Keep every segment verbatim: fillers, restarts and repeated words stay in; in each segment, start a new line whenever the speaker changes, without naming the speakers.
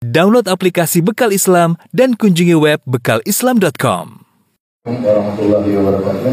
Download aplikasi Bekal Islam dan kunjungi web bekal islam dot com.
Warahmatullahi wabarakatuh.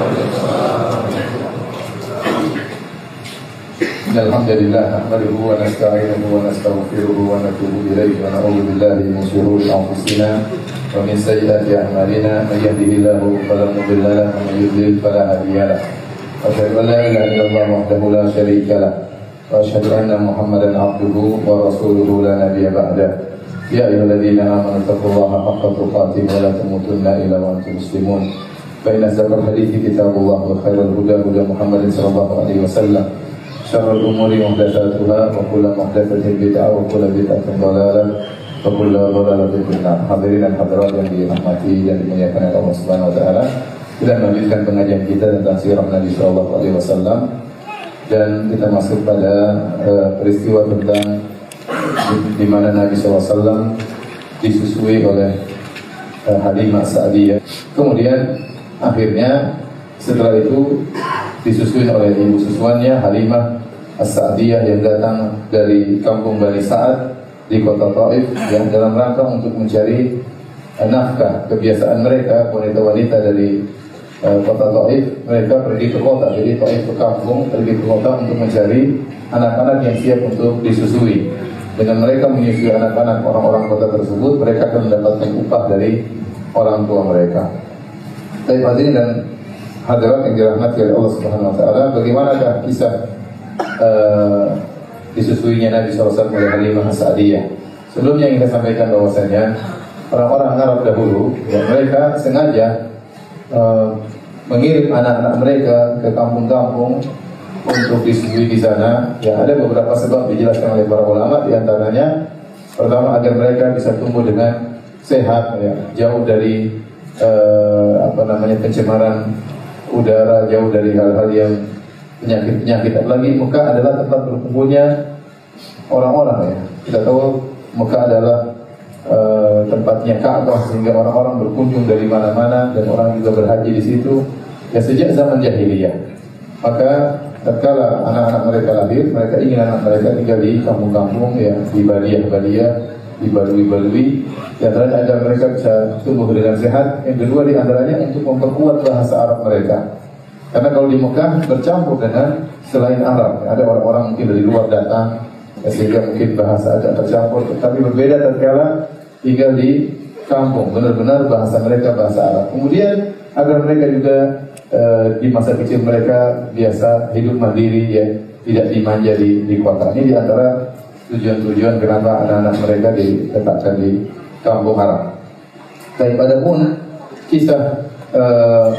Alhamdulillah, nahmaduhu wa nasta'inuhu wa nastaghfiruhu wa natubu ilaihi wa na'udzu billahi min shururi anfusina wa min sayyiati a'malina. May yahdihillahu fala mudilla lahu wa may yudlil fala hadiya lahu. Asyhadu an la ilaha illallah wahdahu la syarika lahu wa asyhadu anna Muhammadan abduhu wa rasuluhu la nabiyya ba'dahu. Ya ayyuhalladzina amanu taqullaha haqqa tuqatih wa la tamutunna illa wa antum muslimun. Fa inna asdaqal hadithi kitabullah wa khairal huda huda Muhammadin sallallahu alaihi wasallam. Syarrul umuri muhdatsatuha wa kullu muhdatsatin bid'ah wa kullu bid'atin dhalalah wa kullu dhalalatin finnar. Hadirin dan hadirat yang dirahmati dan dimuliakan oleh Allah Subhanahu wa taala. Kita melanjutkan pengajian kita tentang sirah Nabi sallallahu alaihi wasallam dan kita masuk pada uh, peristiwa tentang di, di mana Nabi shallallahu alaihi wasallam disusui oleh uh, Halimah Sa'diyah. Kemudian akhirnya setelah itu disusui oleh ibu susuannya Halimah As-Sa'diyah yang datang dari kampung Bani Sa'ad di kota Taif yang dalam rangka untuk mencari uh, nafkah. Kebiasaan mereka wanita-wanita dari uh, kota Taif, mereka pergi ke kota. Jadi Taif ke kampung, pergi ke kota untuk mencari anak-anak yang siap untuk disusui. Dengan mereka menyusui anak-anak orang-orang kota tersebut, mereka akan mendapatkan upah dari orang tua mereka. Baik hadirin dan hadirat yang dirahmati oleh Allah Subhanahu wa taala, bagaimanakah kisah uh, disusuinya Nabi shallallahu alaihi wasallam oleh Halimah As-Sa'diyah? Sebelumnya kita sampaikan bahwasanya orang-orang Arab dahulu, ya, mereka sengaja uh, mengirim anak-anak mereka ke kampung-kampung untuk disusui di sana. Ya, ada beberapa sebab dijelaskan oleh para ulama, di antaranya pertama agar mereka bisa tumbuh dengan sehat, ya, jauh dari uh, apa namanya pencemaran udara, jauh dari hal-hal yang penyakit-penyakit. Lagi Mekah adalah tempat berkumpulnya orang-orang, ya. Kita tahu Mekah adalah uh, tempatnya Ka'bah, sehingga orang-orang berkunjung dari mana-mana dan orang juga berhaji di situ. Ya, sejak zaman jahiliyah. Maka tatkala anak-anak mereka lahir, mereka ingin anak mereka tinggal di kampung-kampung, ya, di badiah-badiah, di balui-balui, di antaranya agar mereka bisa tumbuh dengan sehat. Yang kedua di antaranya untuk memperkuat bahasa Arab mereka. Karena kalau di Mekah bercampur dengan selain Arab, ada orang-orang mungkin dari luar datang, ya, sehingga mungkin bahasa agak tercampur. Tapi berbeda tatkala tinggal di kampung, benar-benar bahasa mereka bahasa Arab. Kemudian agar mereka juga di masa kecil mereka biasa hidup mandiri, ya, tidak dimanja di, di kota. Ini diantara tujuan-tujuan kenapa anak-anak mereka diletakkan di kampung Arab. Tapi padahal kisah uh,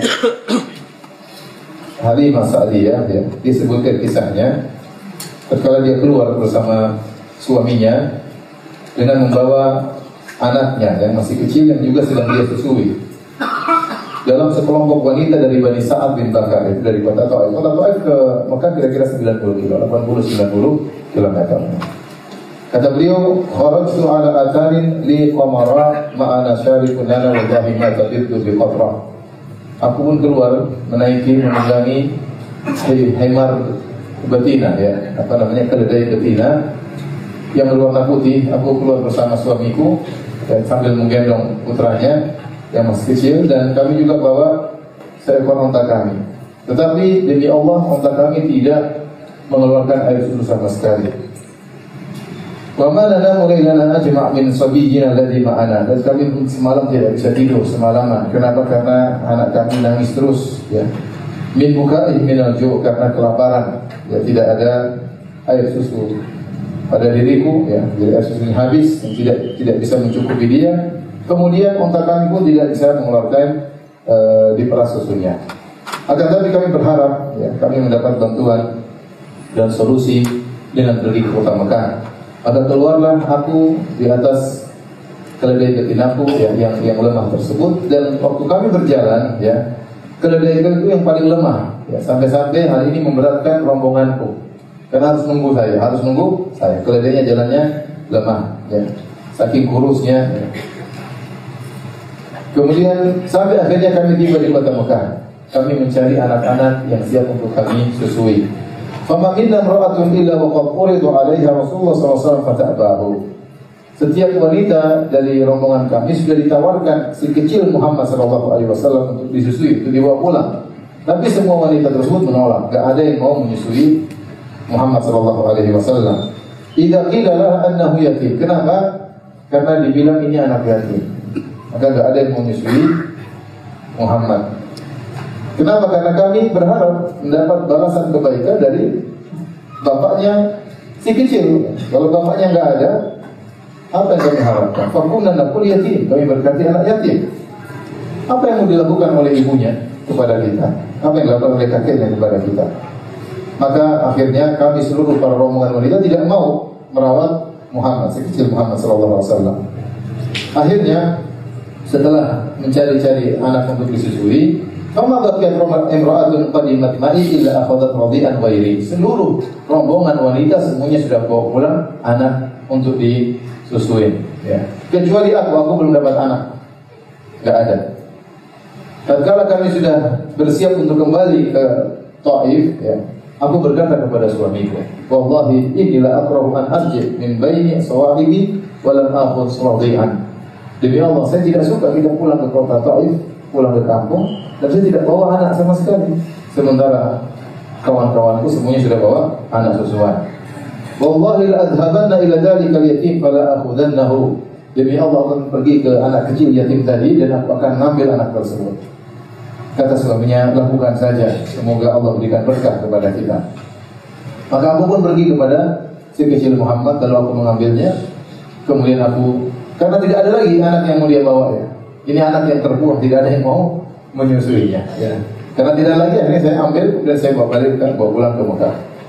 Halimah Sa'diyah, ya, disebutkan kisahnya ketika dia keluar bersama suaminya dengan membawa anaknya yang masih kecil yang juga sedang dia susui dalam sekelompok wanita dari Bani Sa'ad bin Bakar, itu dari kota Taif. Kota Taif ke Mekah kira-kira sembilan puluh kilo, delapan puluh sampai sembilan puluh kilometer. Kata beliau, kharajtu ala atarin li qamara ma'ana syarikun lana wa dhahima tadiddu bi qatrah. Aku pun keluar menaiki, menunggangi hemar betina, ya, apa namanya, keledai betina yang berwarna putih. Aku keluar bersama suamiku dan sambil menggendong putranya yang masih kecil, dan kami juga bawa seekor onta kami. Tetapi demi Allah, onta kami tidak mengeluarkan air susu sama sekali. Wa ma lana mulailana ajma' min sabiyyina alladhi ma'ana. Dan kami semalam tidak bisa tidur semalaman. Kenapa? Karena anak kami nangis terus, ya. Min buka'i minal ju', karena kelaparan. Ya, tidak ada air susu pada diriku, ya. Jadi air susu habis, tidak tidak bisa mencukupi dia. Kemudian onta kami pun tidak bisa mengeluarkan uh, di peras susunya. Akan tetapi kami berharap, ya, kami mendapat bantuan dan solusi dengan pergi ke kota Mekah. Maka keluarlah aku di atas keledai betinaku, ya, yang yang lemah tersebut. Dan waktu kami berjalan, ya, keledai itu yang paling lemah, ya, sampai-sampai hal ini memberatkan rombonganku. Karena harus nunggu saya, harus nunggu saya. Keledainya jalannya lemah, ya, saking kurusnya, ya. Kemudian sampai akhirnya kami tiba di kota Mekah. Kami mencari anak-anak yang siap untuk kami susui. Fama minna imra'atun illa wa qad uridu 'alaiha Rasulullah sallallahu alaihi wasallam fata'bahu. Setiap wanita dari rombongan kami sudah ditawarkan si kecil Muhammad Sallallahu Alaihi Wasallam untuk disusui, untuk dibawa pulang. Tapi semua wanita tersebut menolak. Gak ada yang mau menyusui Muhammad Sallallahu Alaihi Wasallam. Idza qila laha annahu yatim. Kenapa? Karena dibilang ini anak yatim. Maka gak ada yang mau menyusui Muhammad. Kenapa? Karena kami berharap mendapat balasan kebaikan dari bapaknya si kecil. Kalau bapaknya nggak ada, apa yang kami harapkan? Fakunna naqul yatim. Kami berkati anak yatim. Apa yang mau dilakukan oleh ibunya kepada kita? Apa yang dilakukan oleh kakeknya kepada kita? Maka akhirnya kami seluruh para rombongan wanita tidak mau merawat Muhammad, si kecil Muhammad Sallallahu Alaihi Wasallam. Akhirnya setelah mencari-cari anak untuk disusui, fama baqiyat imra'atun qadimat ma'i illa akhadhat radi'an ghairi. Seluruh rombongan wanita semuanya sudah bawa pulang anak untuk disusuin, ya. Kecuali aku, aku belum dapat anak. Enggak ada. Tatkala kami sudah bersiap untuk kembali ke Taif, ya, aku berkata kepada suamiku, wallahi inilah akrahu an arji min baini sawahibi wa lam akhudh radi'an. Demi Allah, saya tidak suka kita pulang ke kota Taif, pulang ke kampung, dan saya tidak bawa anak sama sekali. Sementara kawan-kawanku semuanya sudah bawa anak susuan. Wallahi la adhabanna ila dhalika al-yatim fala akhudannahu. Demi Allah, akan pergi ke anak kecil yatim tadi dan aku akan mengambil anak tersebut. Kata suaminya, lakukan saja, semoga Allah berikan berkah kepada kita. Maka aku pun pergi kepada si kecil Muhammad, lalu aku mengambilnya. Kemudian aku, karena tidak ada lagi anak yang mau dia bawa, ya. Ini anak yang terbuang, tidak ada yang mau menyusuinya, ya. Karena tidak lagi, akhirnya saya ambil dan saya bawa balik, bawa pulang ke Mekah.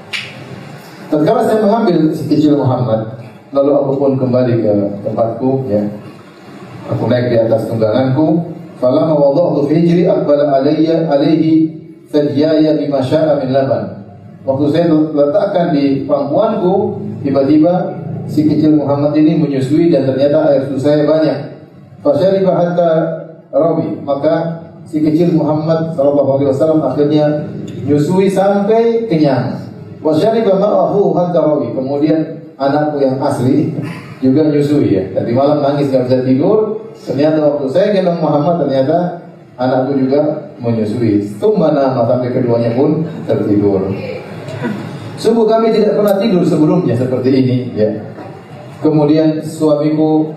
Tatkala saya mengambil si kecil Muhammad, lalu aku pun kembali ke tempatku, ya. Aku naik di atas tungganganku. Falamma wada'tu fi hijri aqbala alayya alayhi thadyaya bima sya'a min laban. Waktu saya letakkan di pangkuanku, tiba-tiba si kecil Muhammad ini menyusui dan ternyata air susu saya banyak. Fasyariba hatta rawi. Maka si kecil Muhammad sallallahu alaihi wasallam akhirnya menyusui sampai kenyang. Wasyariba ma'ahu hatta rawi. Kemudian anakku yang asli juga menyusui, ya. Tadi malam nangis enggak bisa tidur. Ternyata waktu saya gendong Muhammad, ternyata anakku juga menyusui. Tumana sampai keduanya pun tertidur. Sungguh kami tidak pernah tidur sebelumnya seperti ini, ya. Kemudian suamiku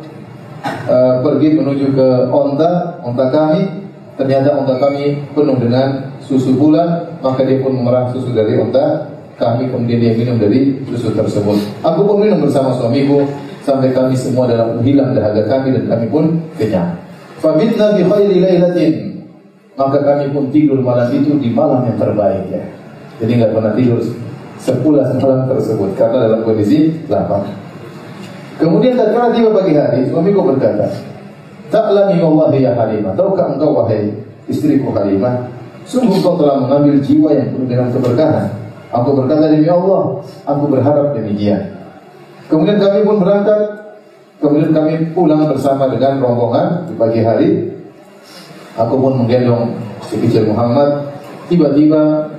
uh, pergi menuju ke onta, onta kami. Ternyata onta kami penuh dengan susu bulan, maka dia pun memerah susu dari onta kami, kemudian dia minum dari susu tersebut. Aku pun minum bersama suamiku sampai kami semua dalam hilang dahaga kami dan kami pun kenyang. Fabitna bi khairi lailatin. Maka kami pun tidur malam itu di malam yang terbaik, ya. Jadi enggak pernah tidur sepulas malam tersebut karena dalam kondisi lapar. Kemudian tatkala tiba pagi hari, suamiku berkata, "Ta'lami wallahi ya Halimah, tahukah engkau wahai istriku Halimah, sungguh engkau telah mengambil jiwa yang penuh dengan keberkahan." Aku berkata, demi Allah, aku berharap demikian. Kemudian kami pun berangkat. Kemudian kami pulang bersama dengan rombongan di pagi hari. Aku pun menggendong si kecil Muhammad. Tiba-tiba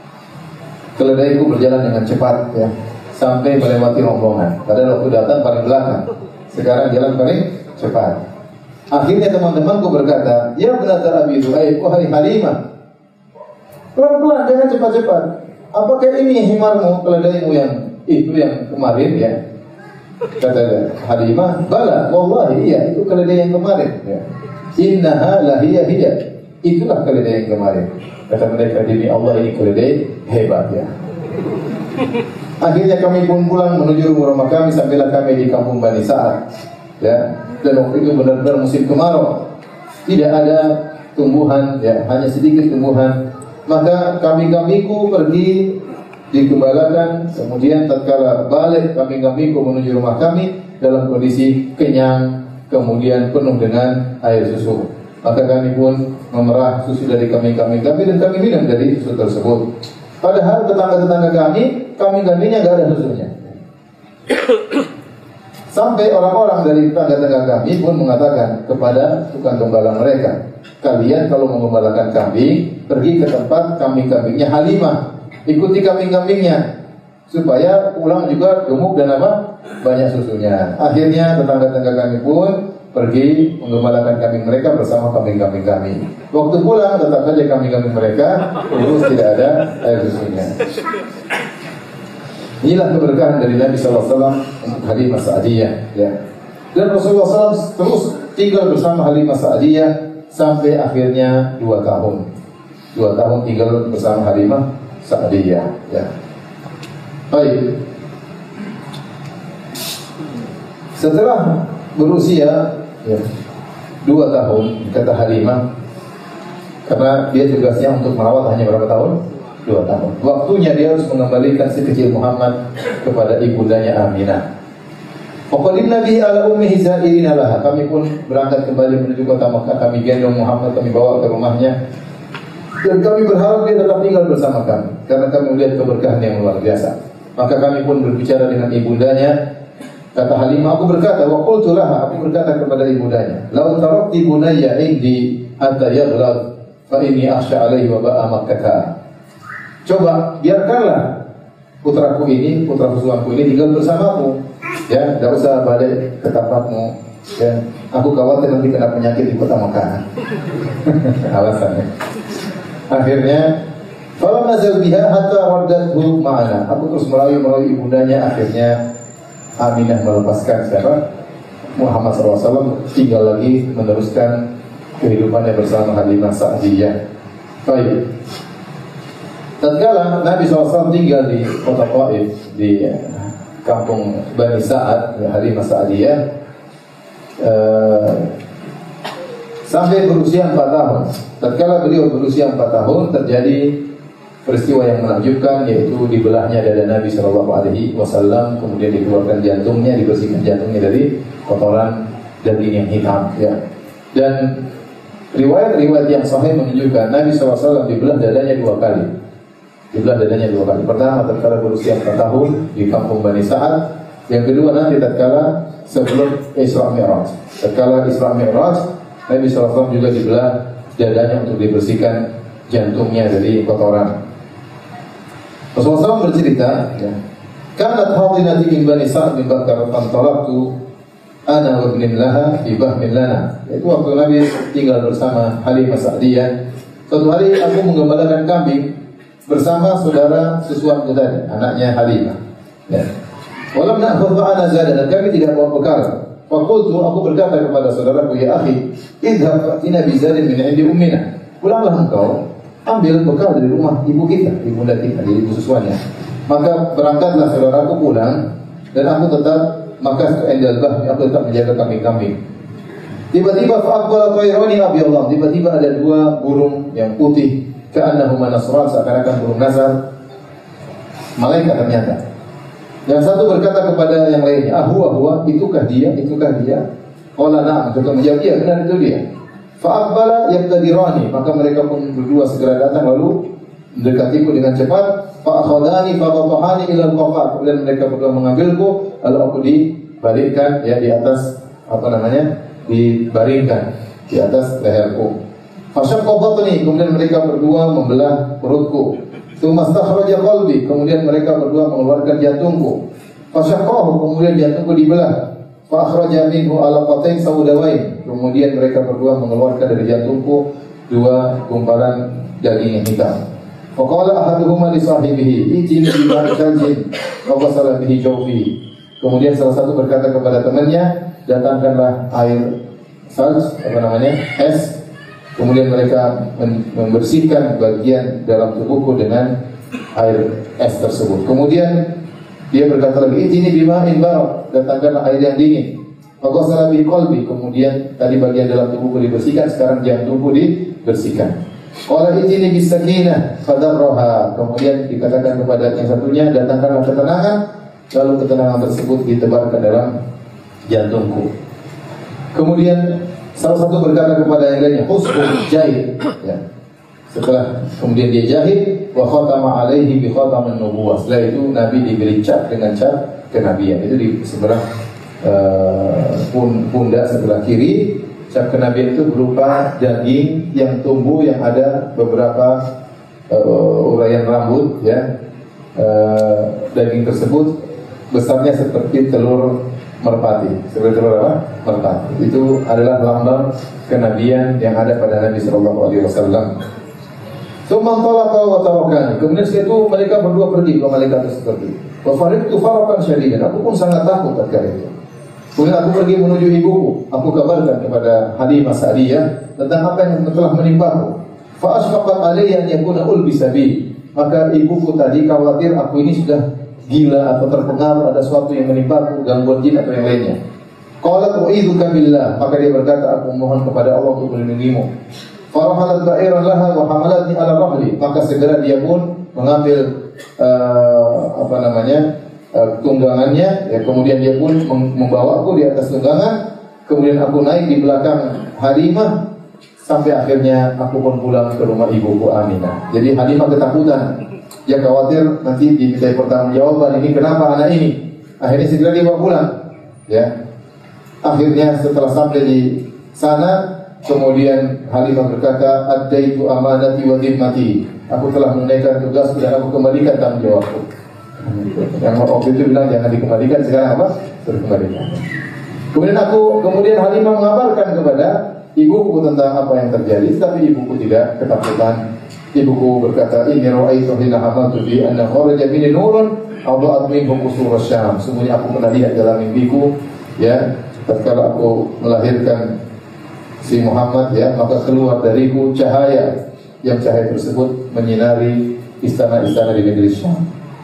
keledaiku berjalan dengan cepat, ya, sampai melewati rombongan. Padahal waktu datang paling belakang, sekarang jalan paling cepat. Akhirnya teman-temanku berkata, ya benata Abi Zuhaib, wahai Halimah, pelan-pelan, jangan cepat-cepat. Apakah ini himarmu, keledaimu yang itu yang kemarin, ya? Kata Halimah, bala, wallahi iya, itu keledai yang kemarin, ya. Innaha lahiyah hiya, itulah keledai yang kemarin. Kata mereka, demi Allah ini keledai hebat, ya. Akhirnya kami pun pulang menuju rumah kami, sampailah kami di kampung Bani Sa'ad, ya. Dan waktu itu benar-benar musim kemarau, tidak ada tumbuhan, ya, hanya sedikit tumbuhan. Maka kambing-kambingku pergi digembalakan. Kemudian tatkala balik kambing-kambingku menuju rumah kami dalam kondisi kenyang, kemudian penuh dengan air susu. Maka kami pun memerah susu dari kambing-kambing kami dan kami minum dari susu tersebut. Padahal tetangga-tetangga kami, kambing-kambingnya nggak ada susunya. Sampai orang-orang dari tetangga-tetangga kami pun mengatakan kepada tukang gembala mereka, kalian kalau menggembalakan kambing, pergi ke tempat kambing-kambingnya Halimah, ikuti kambing-kambingnya. supaya pulang juga gemuk dan apa? Banyak susunya. Akhirnya tetangga-tetangga kami pun pergi menggembalakan kambing mereka bersama kambing-kambing kami. Waktu pulang tetap saja kambing-kambing mereka kurus, tidak ada air susunya. Inilah keberkahan dari Nabi Sallallahu Alaihi Wasallam untuk Halimah Sa'diyah. Ya. Dan Rasulullah Sallallahu Alaihi Wasallam terus tinggal bersama Halimah Sa'diyah sampai akhirnya dua tahun. Dua tahun tinggal bersama Halimah Sa'diyah. Ya. Baik. Setelah berusia ya, dua tahun, kata Halimah, karena dia tugasnya untuk merawat hanya berapa tahun? Dua tahun. Waktunya dia harus mengembalikan si kecil Muhammad kepada ibundanya Aminah. Faqadimna bihi ala ummihi za'irina laha. Kami pun berangkat kembali menuju kota Makkah. Kami gendong Muhammad, kami bawa ke rumahnya. Dan kami berharap dia tetap tinggal bersama kami, karena kami melihat keberkahan yang luar biasa. Maka kami pun berbicara dengan ibundanya. Kata Halimah, aku berkata, wa qultu laha, aku berkata kepada ibundanya, "Lau tarakti bunayya indi hatta yaghlab, fa inni akhsha alaihi wa ba'a Makkah." Coba biarkanlah putraku ini, putra susuanku ini tinggal bersamaku. Ya, tidak usah balik ke tempatmu. Ya, aku khawatir nanti kena penyakit di kota Makkah. Alasannya. Akhirnya, falam nazal biha hatta raddathu ma'ana. Aku terus merayu-merayu ibundanya. Akhirnya Aminah melepaskan siapa? Muhammad shallallahu alaihi wasallam, tinggal lagi meneruskan kehidupannya bersama Halimah Sa'diyah. Baik. Tatkala Nabi shallallahu alaihi wasallam tinggal di kota Taif, di kampung Bani Sa'ad, Halimah Sa'diyah, uh, sampai berusia empat tahun. Tatkala beliau berusia empat tahun, terjadi peristiwa yang menakjubkan, yaitu dibelahnya dada Nabi Shallallahu Alaihi Wasallam, kemudian dikeluarkan jantungnya, dibersihkan jantungnya dari kotoran daging yang hitam. Ya. Dan riwayat-riwayat yang sahih menunjukkan Nabi Shallallahu Alaihi Wasallam dibelah dadanya dua kali. Dibelah dadanya dua kali. Pertama tatkala berusia empat tahun di kampung Bani Sa'ad. Yang kedua nanti tatkala sebelum Isra Mi'raj. Tatkala Isra Mi'raj, Nabi Shallallahu Alaihi Wasallam juga dibelah dadanya untuk dibersihkan jantungnya dari kotoran. Rasulullah shallallahu alaihi wasallam bercerita, ya, kanat hadinati min Bani Sa'ad bin Bakar fantalaqtu ana wa ibnin laha fi bahmin lana. Itu waktu Nabi tinggal bersama Halimah Sa'diyah. Suatu hari aku menggembalakan kambing bersama saudara susuanku tadi, anaknya Halimah. Ya. Walam na'khudh ma'ana zadan, dan kami tidak bawa bekal. Faqultu, aku berkata kepada saudaraku, ya akhi, idhab fa'tina bi zadin min 'indi ummina. Pulanglah engkau, ambil bekal dari rumah ibu kita, ibunda kita, dari ibu susuannya. Maka berangkatlah saudaraku pulang, dan aku tetap maka endal bah, aku tetap menjaga kambing-kambing. Tiba-tiba fa'aqbala tayrani abyadhan, tiba-tiba ada dua burung yang putih, ka'annahuma nasran, seakan-akan burung nasar. Malaikat ternyata. Yang satu berkata kepada yang lainnya, ah huwa huwa, itukah dia, itukah dia? Qala na'am, mereka menjawab, iya benar itu dia. Fa'aqbala yaqtadirani, maka mereka pun berdua segera datang lalu mendekatiku dengan cepat. Fa'akhadani fa'atahani ila al-qafar, kemudian mereka berdua mengambilku lalu aku dibalikkan ya di atas apa namanya? dibaringkan di atas leherku. Fasyaqqa batni, kemudian mereka berdua membelah perutku. Tsumma stakhraja qalbi, kemudian mereka berdua mengeluarkan jantungku. Fasyaqqahu, kemudian jantungku dibelah. Fa akhraja minhu alaqatain saudawain, kemudian mereka berdua mengeluarkan dari jantungku dua gumpalan daging yang hitam. Fa qala ahaduhuma li sahibihi itini bi ma'in wa qasala bihi jawfi. Kemudian salah satu berkata kepada temannya, datangkanlah air salj, apa namanya? es. Kemudian mereka membersihkan bagian dalam tubuhku dengan air es tersebut. Kemudian dia berkata lagi, ini bima'in barad, datangkanlah air yang dingin. Faghasala bi qalbi, kemudian tadi bagian dalam tubuhku dibersihkan, sekarang jantungku dibersihkan. Qala itini bis sakinah fadarraha, kemudian dikatakan kepada yang satunya, datangkanlah ketenangan, lalu ketenangan tersebut ditebarkan dalam jantungku. Kemudian salah satu berkata kepada yang lainnya, husbun jahit. Ya. Setelah kemudian dia jahit, wa khatama alaihi bi khatamin nubuwah. Setelah itu Nabi diberi cap dengan cap kenabian. Itu di sebelah uh, pundak sebelah kiri. Cap kenabian itu berupa daging yang tumbuh yang ada beberapa uh, uraian rambut, ya. uh, daging tersebut besarnya seperti telur merpati. Seperti telur apa? Merpati. Itu adalah lambang kenabian yang ada pada Nabi Shallallahu Alaihi Wasallam. Kemudian setelah itu mereka berdua pergi ke malaikat tersebut. Wafariqtu farakan syadidan. Aku pun sangat takut tatkala itu. Kemudian aku pergi menuju ibuku. Aku kabarkan kepada Halimah Sa'diyah tentang apa yang telah menimpaku. Fa asfaqat alayya an yakuna ulbisa bi. Maka ibuku tadi khawatir aku ini sudah gila atau terpengaruh, ada sesuatu yang menimpaku, gangguan jin atau yang lainnya. Qalat u'idzuka billah. Maka dia berkata, aku mohon kepada Allah untuk melindungimu. Farahalat ba'iran laha wa hamalatni ala rahli. Maka segera dia pun mengambil uh, apa namanya uh, tunggangannya, ya, kemudian dia pun membawaku di atas tunggangan, kemudian aku naik di belakang Halimah sampai akhirnya aku pun pulang ke rumah ibuku Aminah. Jadi Halimah ketakutan, dia khawatir nanti dimintai pertanggungjawaban, ini kenapa anak ini. Akhirnya segera dia bawa pulang, ya. Akhirnya setelah sampai di sana, kemudian Halimah berkata, "Addaitu amanati wa dhimmati." Aku telah menunaikan tugasku dan aku kembalikan tanggung jawabku. Yang waktu itu bilang jangan dikembalikan, sekarang apa? Suruh kembalikan. Kemudian aku, kemudian Halimah mengabarkan kepada ibuku tentang apa yang terjadi, tapi ibuku tidak ketakutan. Ibuku berkata, "Inni ra'aitu hina hamaltu fi anna kharaja minni nurun adha'at minhu qusur asy-Syam." Sungguhnya aku pernah lihat dalam mimpiku, ya, tatkala aku melahirkan si Muhammad, ya, maka keluar dariku cahaya yang cahaya tersebut menyinari istana-istana di negeri Syam.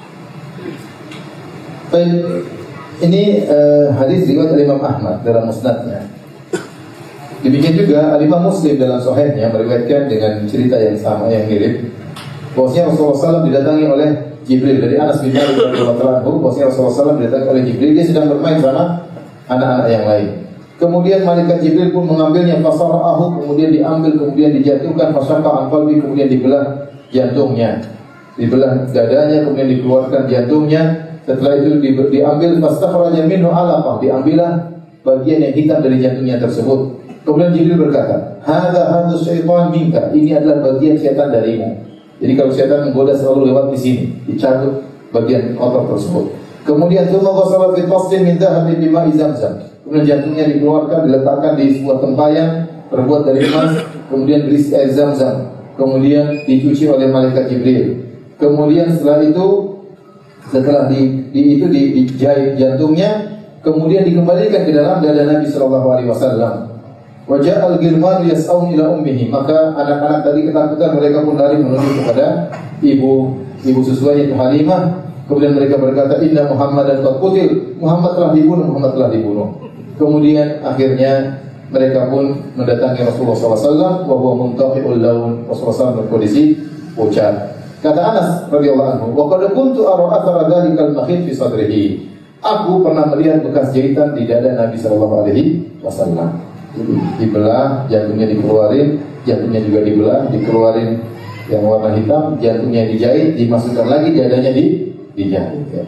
Baik, ini uh, hadis riwayat Imam Ahmad dalam musnadnya. Demikian juga Imam Muslim dalam sahihnya meriwayatkan dengan cerita yang sama, yang mirip. Bahwasanya Rasulullah shallallahu alaihi wasallam didatangi oleh Jibril. Dari Anas bin Malik radhiyallahu anhu, bahwasanya Rasulullah shallallahu alaihi wasallam didatangi oleh Jibril, dia sedang bermain sama anak-anak yang lain. Kemudian malaikat Jibril pun mengambilnya, fasara'ahu, kemudian diambil, kemudian dijatuhkan, fasyaqa an qalbi, kemudian dibelah jantungnya, dibelah dadanya, kemudian dikeluarkan jantungnya. Setelah itu di, diambil, fastakhraja minhu alaqah, diambillah bagian yang hitam dari jantungnya tersebut. Kemudian Jibril berkata, hadza hadzu syaitan minka, ini adalah bagian setan darimu. Jadi kalau setan menggoda selalu lewat di sini, dicabut bagian otot tersebut. Kemudian tsumma ghasala fi tasdin min dhahabin bima'i zamzam. Kemudian jantungnya dikeluarkan, diletakkan di sebuah tempayan terbuat dari emas, kemudian berisi air zam-zam, kemudian dicuci oleh malaikat Jibril. Kemudian setelah itu, setelah di, di itu di, dijahit jantungnya, kemudian dikembalikan ke dalam dada Nabi Shallallahu Alaihi Wasallam. Wajah al-Gilman yas'aun ila ummihi. Maka anak-anak tadi ketakutan, mereka pun lari menuju kepada ibu ibu susunya itu Halimah. Kemudian mereka berkata, Inna Muhammadan qad qutil. Muhammad telah dibunuh, Muhammad telah dibunuh. Kemudian akhirnya mereka pun mendatangi Rasulullah shallallahu alaihi wasallam, wa huwa muntaqi'ul laun. Rasulullah shallallahu alaihi wasallam berkondisi pucat. Kata Anas radhiyallahu anhu, wa qad kuntu ara athara dhalikal makhit fi sadrihi. Aku pernah melihat bekas jahitan di dada Nabi sallallahu alaihi wasallam. Dibelah, jantungnya dikeluarin, jantungnya juga dibelah, dikeluarin yang warna hitam, jantungnya dijahit, dimasukkan lagi, dadanya di dijahit, ya.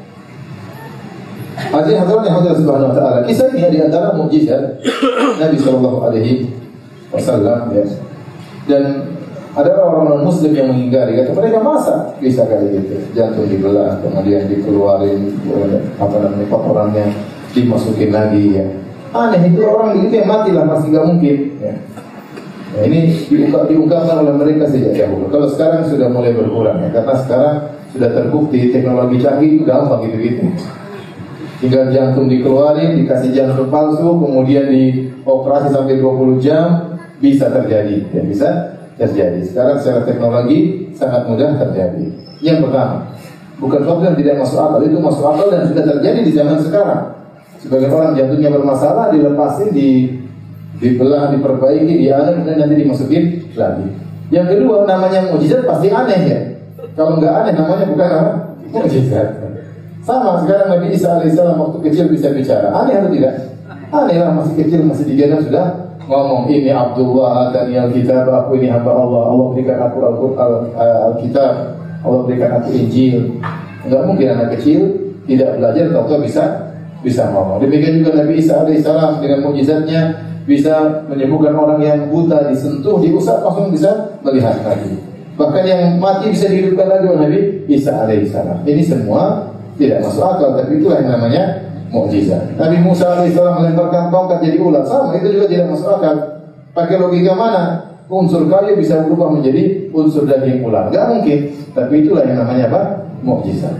Hadirin hadirat yang hadir subhanahu wa ta'ala. Kisah ini di antara mukjizat Nabi sallallahu alaihi wasallam, ya. Dan ada orang-orang muslim yang mengingkari, kata mereka masa bisa kayak gitu, jantung dibelah, kemudian dikeluarin apa namanya kotorannya, dimasukin lagi, ya. Aneh, itu orang begitu yang mati lah, masih gak mungkin, ya. Nah, ini diungkap, diungkapkan oleh mereka sejak dahulu. Kalau sekarang sudah mulai berkurang, ya, karena sekarang sudah terbukti teknologi canggih itu gampang gitu-gitu. Tinggal jantung dikeluarin, dikasih jantung palsu, kemudian dioperasi sampai dua puluh jam, bisa terjadi, ya, bisa terjadi. Sekarang secara teknologi sangat mudah terjadi. Yang pertama, bukan suatu yang tidak masuk akal, itu masuk akal dan sudah terjadi di zaman sekarang. Sebagian orang jantungnya bermasalah, dilepasin, di dibelah, diperbaiki, dianeh, dan nanti dimasukin lagi. Yang kedua, namanya mukjizat pasti aneh, ya. Kalau nggak aneh, namanya bukan apa? Mukjizat. Sama sekarang Nabi Isa alaihissalam waktu kecil bisa bicara. Aneh atau tidak? Aneh lah, masih kecil, masih digendong sudah ngomong, ini Abdullah dan Alkitab, aku ini hamba Allah. Allah berikan aku Alkitab, Allah berikan aku Injil. Enggak mungkin anak kecil tidak belajar atau bisa bisa ngomong. Demikian juga Nabi Isa alaihissalam dengan mukjizatnya bisa menyembuhkan orang yang buta, disentuh, diusap langsung bisa melihat lagi. Bahkan yang mati bisa dihidupkan lagi oleh Nabi Isa alaihissalam. Ini semua tidak masuk akal, tapi itulah yang namanya mukjizat. Nabi Musa alaihissalam melemparkan tongkat jadi ular, sama itu juga tidak masuk akal. Pakai logika mana? Unsur kayu bisa berubah menjadi unsur daging ular? Gak mungkin. Tapi itulah yang namanya apa? Mukjizat.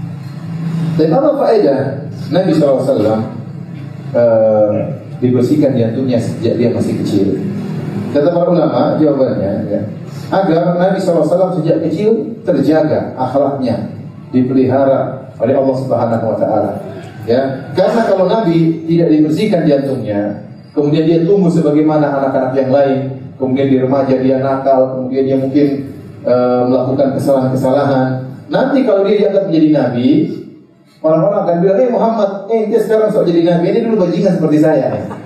Dan apa faedah Nabi shallallahu alaihi wasallam uh, dibersihkan jantungnya sejak dia masih kecil? Kata para ulama, jawabannya ya, agar Nabi shallallahu alaihi wasallam sejak kecil terjaga akhlaknya, dipelihara oleh Allah Subhanahu Wa Taala. Ya, karena kalau Nabi tidak dibersihkan jantungnya, kemudian dia tumbuh sebagaimana anak-anak yang lain, kemudian di remaja dia nakal, kemudian dia mungkin uh, melakukan kesalahan-kesalahan. Nanti kalau dia dianggap menjadi Nabi, orang-orang akan bilang, eh Muhammad, eh dia sekarang sok jadi Nabi, ini dulu bajingan seperti saya.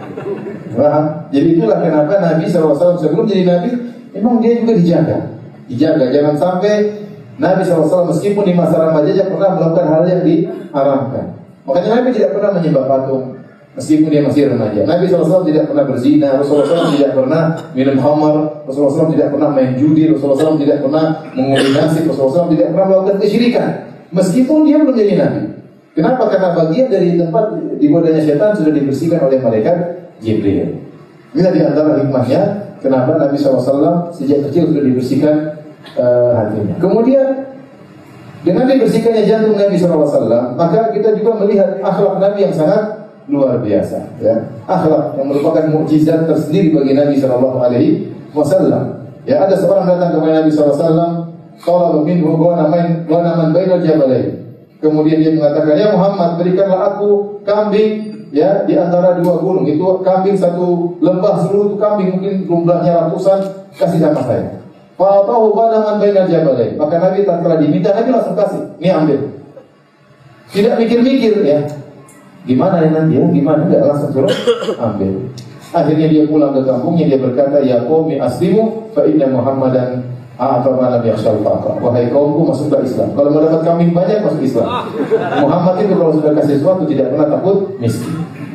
Paham? Jadi itulah kenapa Nabi shallallahu alaihi wasallam sebelum jadi Nabi, memang dia juga dijaga. Dijaga, jangan sampai Nabi shallallahu alaihi wasallam meskipun di masa remajanya pernah melakukan hal yang diharamkan. Makanya Nabi tidak pernah menyembah patung meskipun dia masih remaja. Nabi shallallahu alaihi wasallam tidak pernah berzina, Rasulullah shallallahu alaihi wasallam tidak pernah minum khamar, Rasulullah shallallahu alaihi wasallam tidak pernah main judi, Rasulullah shallallahu alaihi wasallam tidak pernah mengundi nasib, Rasulullah shallallahu alaihi wasallam tidak pernah melakukan kesyirikan meskipun dia belum jadi Nabi. Kenapa? Karena bagian dari tempat digodanya setan sudah dibersihkan oleh malaikat Jibril. Ini di antara hikmahnya kenapa Nabi shallallahu alaihi wasallam sejak kecil sudah dibersihkan uh, hatinya. Kemudian dengan dibersihkannya jantung Nabi shallallahu alaihi wasallam, maka kita juga melihat akhlak Nabi yang sangat luar biasa. Ya, akhlak yang merupakan mukjizat tersendiri bagi Nabi shallallahu alaihi wasallam. Ya, ada seorang datang kepada Nabi shallallahu alaihi wasallam, qala minhu ghanaman ghanaman bainal jabalain. Kemudian dia mengatakan, ya Muhammad, berikanlah aku kambing ya di antara dua gunung. Itu kambing satu lembah, seluruh itu kambing mungkin jumlahnya ratusan, kasih sama saya. Fa'atahu ghanaman bainal jabalain. Maka Nabi tak telah diminta, Nabi langsung kasih. Ini ambil. Tidak mikir-mikir ya. Gimana ya nanti ya? Gimana? Enggak, langsung suruh ambil. Akhirnya dia pulang ke kampungnya, dia berkata, ya qaumi aslimu fa inna Muhammadan a'tama nabi asyal faqa. Wahai kaumku, masuklah Islam. Kalau mau dapat kambing banyak, masuk Islam. Muhammad itu kalau sudah kasih sesuatu tidak pernah takut miskin.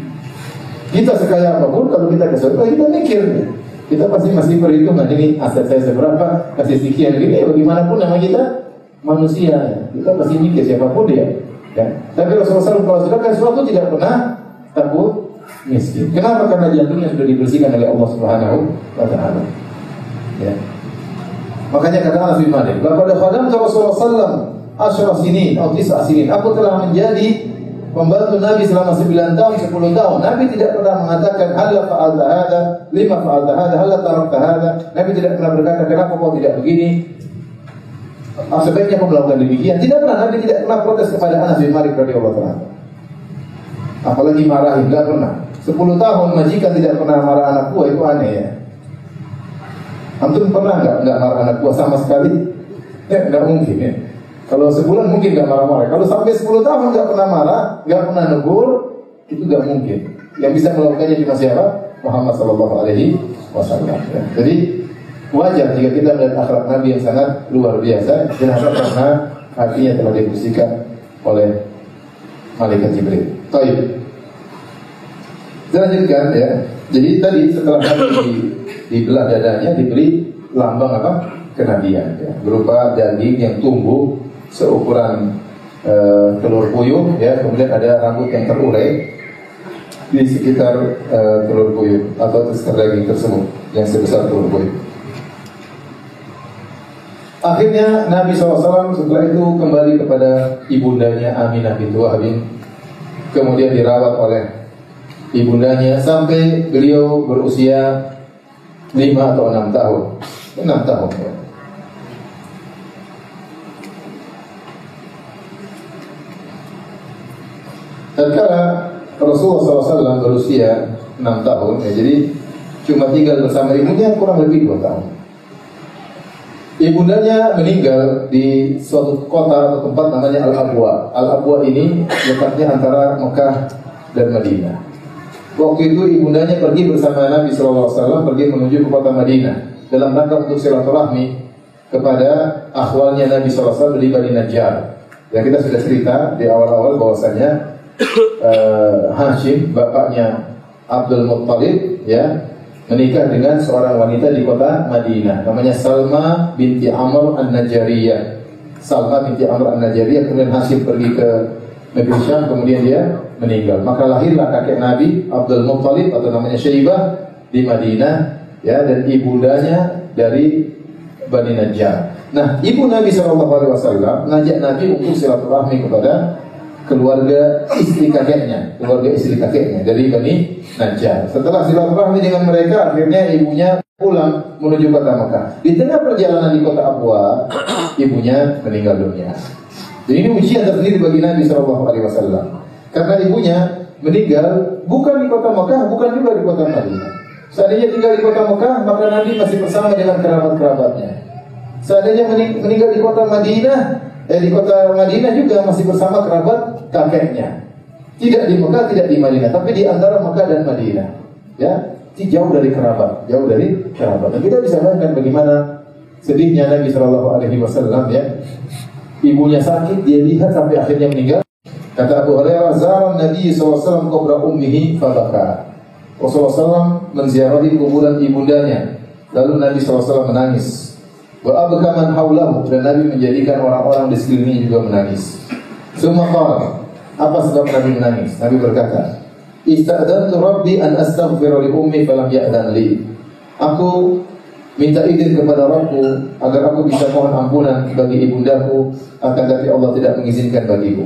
Kita sekaya apapun, kalau kita kasih sesuatu, kita mikir. Kita pasti masih perhitungan, ini aset saya seberapa, kasih sekian gini. Bagaimanapun nama kita manusia, kita pasti mikir siapapun dia. Ya. Tapi Rasulullah shallallahu alaihi wasallam kalau sudah kasih sesuatu tidak pernah takut miskin. Kenapa? Karena jantungnya sudah dibersihkan oleh Allah Subhanahu wa Ta'ala. Ya. Makanya kata Anas bin Malik, "Laqad khadamtu Rasulullah sallallahu alaihi wasallam asyra sinin atau tis'a sinin." Aku telah menjadi pembantu Nabi selama sembilan tahun, sepuluh tahun. Nabi tidak pernah mengatakan hal fa'alta hadza, lima fa'alta hadza, hal tarakta hadza. Nabi tidak pernah berkata, "Kenapa kau tidak begini?" Ah, sebaiknya kau melakukan demikian. Tidak pernah. Nabi tidak pernah protes kepada Anas bin Malik radhiyallahu anhu. Apalagi marahin, tidak pernah. sepuluh tahun majikan tidak pernah marah anak buah, itu aneh ya. Antum pernah nggak nggak marah anak buah sama sekali? Ya nggak mungkin ya. Kalau sebulan mungkin nggak marah-marah. Kalau sampai sepuluh tahun nggak pernah marah, nggak pernah negur, itu nggak mungkin. Yang bisa melakukannya cuma siapa? Muhammad Sallallahu Alaihi Wasallam. Ya. Jadi wajar jika kita melihat akhlak Nabi yang sangat luar biasa. Kenapa? Karena hatinya telah dibersihkan oleh malaikat Jibril. Baik. Lanjutkan ya. Jadi tadi setelah Nabi di dibelah dadanya diberi lambang apa? Kenabian ya. Berupa daging yang tumbuh seukuran e, telur puyuh ya, kemudian ada rambut yang terurai di sekitar e, telur puyuh atau sekitar daging tersebut yang sebesar telur puyuh. Akhirnya Nabi shallallahu alaihi wasallam setelah itu kembali kepada ibundanya Aminah binti Wahab, kemudian dirawat oleh ibundanya sampai beliau berusia lima atau enam tahun, enam tahun. Ya. Tatkala Rasulullah shallallahu alaihi wasallam berusia enam tahun, ya, jadi cuma tinggal bersama ibunya kurang lebih dua tahun. Ibundanya meninggal di suatu kota atau tempat namanya Al-Abwa. Al-Abwa ini letaknya antara Mekah dan Madinah. Waktu itu ibundanya pergi bersama Nabi shallallahu alaihi wasallam pergi menuju ke kota Madinah dalam rangka untuk silaturahmi kepada akhwalnya Nabi shallallahu alaihi wasallam di Bani Najjar. Yang kita sudah cerita di awal-awal bahwasanya uh, Hashim bapaknya Abdul Muttalib ya menikah dengan seorang wanita di kota Madinah, namanya Salma binti Amr An-Najjariyah. Salma binti Amr An-Najjariyah, kemudian Hashim pergi ke Negeri Syam, kemudian dia meninggal. Maka lahirlah kakek Nabi Abdul Muttalib atau namanya Syaibah di Madinah, ya, dan ibundanya dari Bani Najjar. Nah, ibu Nabi shallallahu alaihi wasallam ngajak Nabi untuk silaturahmi kepada keluarga istri kakeknya, keluarga istri kakeknya dari Bani Najjar. Setelah silaturahmi dengan mereka, akhirnya ibunya pulang menuju kota Mekah. Di tengah perjalanan di kota Abwa, ibunya meninggal dunia. Jadi ini ujian tersendiri bagi Nabi shallallahu alaihi wasallam. Karena ibunya meninggal bukan di kota Mekah, bukan juga di kota Madinah. Seandainya tinggal di kota Mekah, maka Nabi masih bersama dengan kerabat-kerabatnya. Seandainya meninggal di kota Madinah, eh di kota Madinah juga masih bersama kerabat kakeknya. Tidak di Mekah, tidak di Madinah, tapi di antara Mekah dan Madinah. Ya, jauh dari kerabat, jauh dari kerabat. Dan kita bisa bayangkan bagaimana sedihnya Nabi Shallallahu Alaihi Wasallam, ya. Ibunya sakit, dia lihat sampai akhirnya meninggal. Kata Abu Hurairah, "Zaran Nabi Shallallahu Alaihi Wasallam kubra ummihi fabaka." Rasulullah shallallahu alaihi wasallam menziarahi kuburan ibundanya, lalu Nabi shallallahu alaihi wasallam menangis. Wa abka man haulahu, dan Nabi menjadikan orang-orang di sekelilingnya juga menangis. Summa qala, apa sebab Nabi menangis? Nabi berkata, "Ista'dantu Rabbi an astaghfira li ummi falam ya'dan li." Aku minta izin kepada Rabbku agar aku bisa mohon ampunan bagi ibundaku, akan tetapi Allah tidak mengizinkan bagiku.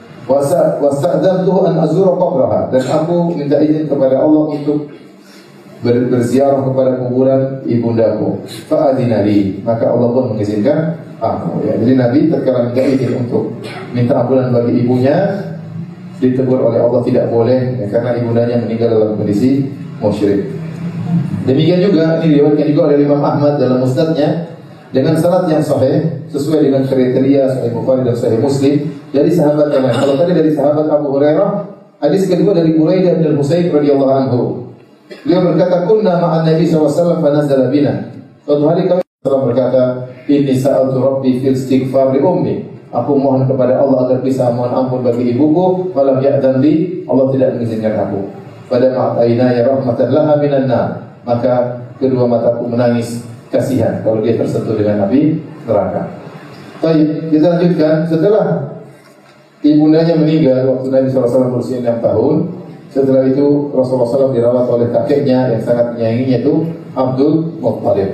Wasta'dantu an azura qabraha, dan aku minta izin kepada Allah untuk Ber, berziarah kepada kuburan ibundaku. Fa'adzina li, maka Allah pun mengizinkan aku. Ya, jadi Nabi tatkala minta izin untuk minta ampunan bagi ibunya, ditegur oleh Allah tidak boleh, ya, karena ibundanya meninggal dalam kondisi musyrik. Demikian juga ini diriwayatkan juga oleh Imam Ahmad dalam musnadnya dengan sanad yang sahih sesuai dengan kriteria Sahih Bukhari dan Sahih Muslim dari sahabat yang lain. Kalau tadi dari sahabat Abu Hurairah, hadis kedua dari Buraidah bin Al-Husayb radhiyallahu anhu. Beliau berkata, "Kunna ma'an Nabi sallallahu alaihi wasallam fa nazala bina." Suatu hari kami berkata, "Inni sa'altu Rabbi fil istighfar li ummi." Aku mohon kepada Allah agar bisa mohon ampun bagi ibuku, falam ya'dan li, Allah tidak mengizinkan aku. Pada ma'aina ya rahmatan laha minan nar, maka kedua mataku menangis kasihan kalau dia tersentuh dengan api neraka. Baik, kita lanjutkan. Setelah ibundanya meninggal waktu Nabi sallallahu alaihi wasallam berusia enam tahun, setelah itu Rasulullah shallallahu alaihi wasallam dirawat oleh kakeknya yang sangat menyayanginya, itu Abdul Muttalib.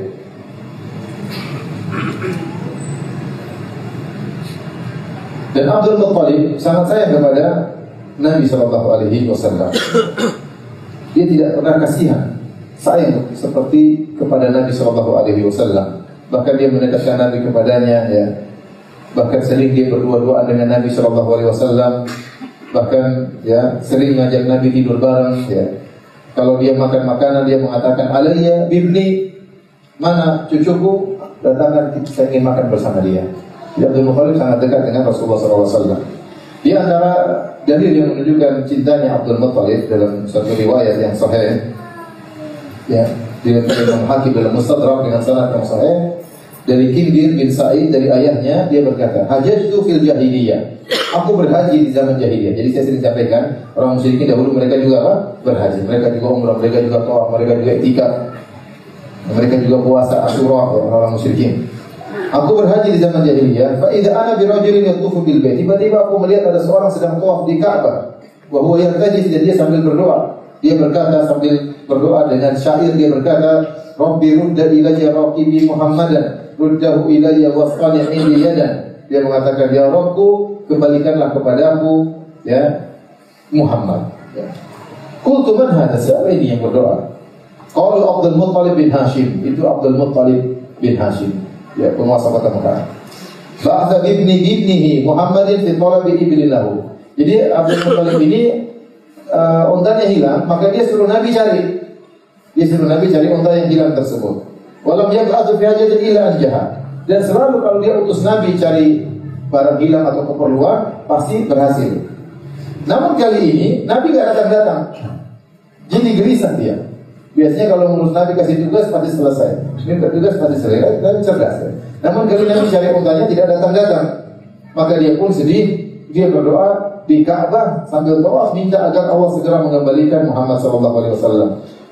Dan Abdul Muttalib sangat sayang kepada Nabi shallallahu alaihi wasallam. Dia tidak pernah kasihan, sayang seperti kepada Nabi shallallahu alaihi wasallam. Bahkan dia mendekatkan Nabi kepadanya, ya. Bahkan sering dia berdua-duaan dengan Nabi shallallahu alaihi wasallam. Bahkan ya sering ngajak Nabi tidur bareng, ya. Kalau dia makan makanan dia mengatakan, "Alayya bibni," mana cucuku, datangkan saya ingin makan bersama dia. Jadi Abdul Muttalib sangat dekat dengan Rasulullah shallallahu alaihi wasallam. Di antara dalil yang menunjukkan cintanya Abdul Muttalib dalam satu riwayat yang sahih, ya, diriwayatkan Imam Hakim dalam Mustadrak dengan sanad yang sahih dari Kindir bin Sa'id dari ayahnya, dia berkata, "Hajjatu fil jahiliyah." Aku berhaji di zaman jahiliyah. Jadi saya sering sampaikan, orang musyrikin dahulu mereka juga apa? Berhaji. Mereka juga umrah, mereka juga tawaf, mereka juga i'tikaf. Mereka juga puasa Asyura, ya, orang musyrikin. Aku berhaji di zaman jahiliyah, fa idza ana bi rajulin yatufu bil bait. Tiba-tiba aku melihat ada seorang sedang tawaf di Ka'bah. Wa huwa yartaji, dan dia sambil berdoa. Dia berkata sambil berdoa dengan syair, dia berkata, "Rabbi rudda ilayya raqibi Muhammadan, ruddahu ilayya wasfani indi yadan." Dia mengatakan, "Ya Rabbku, kembalikanlah kepadaku, ya, Muhammad." Ya. Qultu man hadha? Siapa ini yang berdoa? Qala Abdul Muttalib bin Hashim. Itu Abdul Muttalib bin Hashim, ya, penguasa kota Mekah. Ba'atha ibni ibnihi Muhammadin fi talabi ibni lahu. Jadi Abdul Muttalib ini uh, untanya hilang, maka dia suruh Nabi cari. Dia suruh Nabi cari unta yang hilang tersebut. Walam yab'athu fi hajatin illa anjaha. Dan selalu kalau dia utus Nabi cari barang hilang atau keperluan, pasti berhasil. Namun kali ini Nabi gak datang-datang. Jadi gelisah dia. Biasanya kalau menurut Nabi kasih tugas pasti selesai. Ini tugas pasti selesai. Nabi cerdas. Ya. Namun kali Nabi cari untanya tidak datang-datang. Maka dia pun sedih. Dia berdoa di Ka'bah sambil tawaf minta agar Allah segera mengembalikan Muhammad sallallahu alaihi wasallam.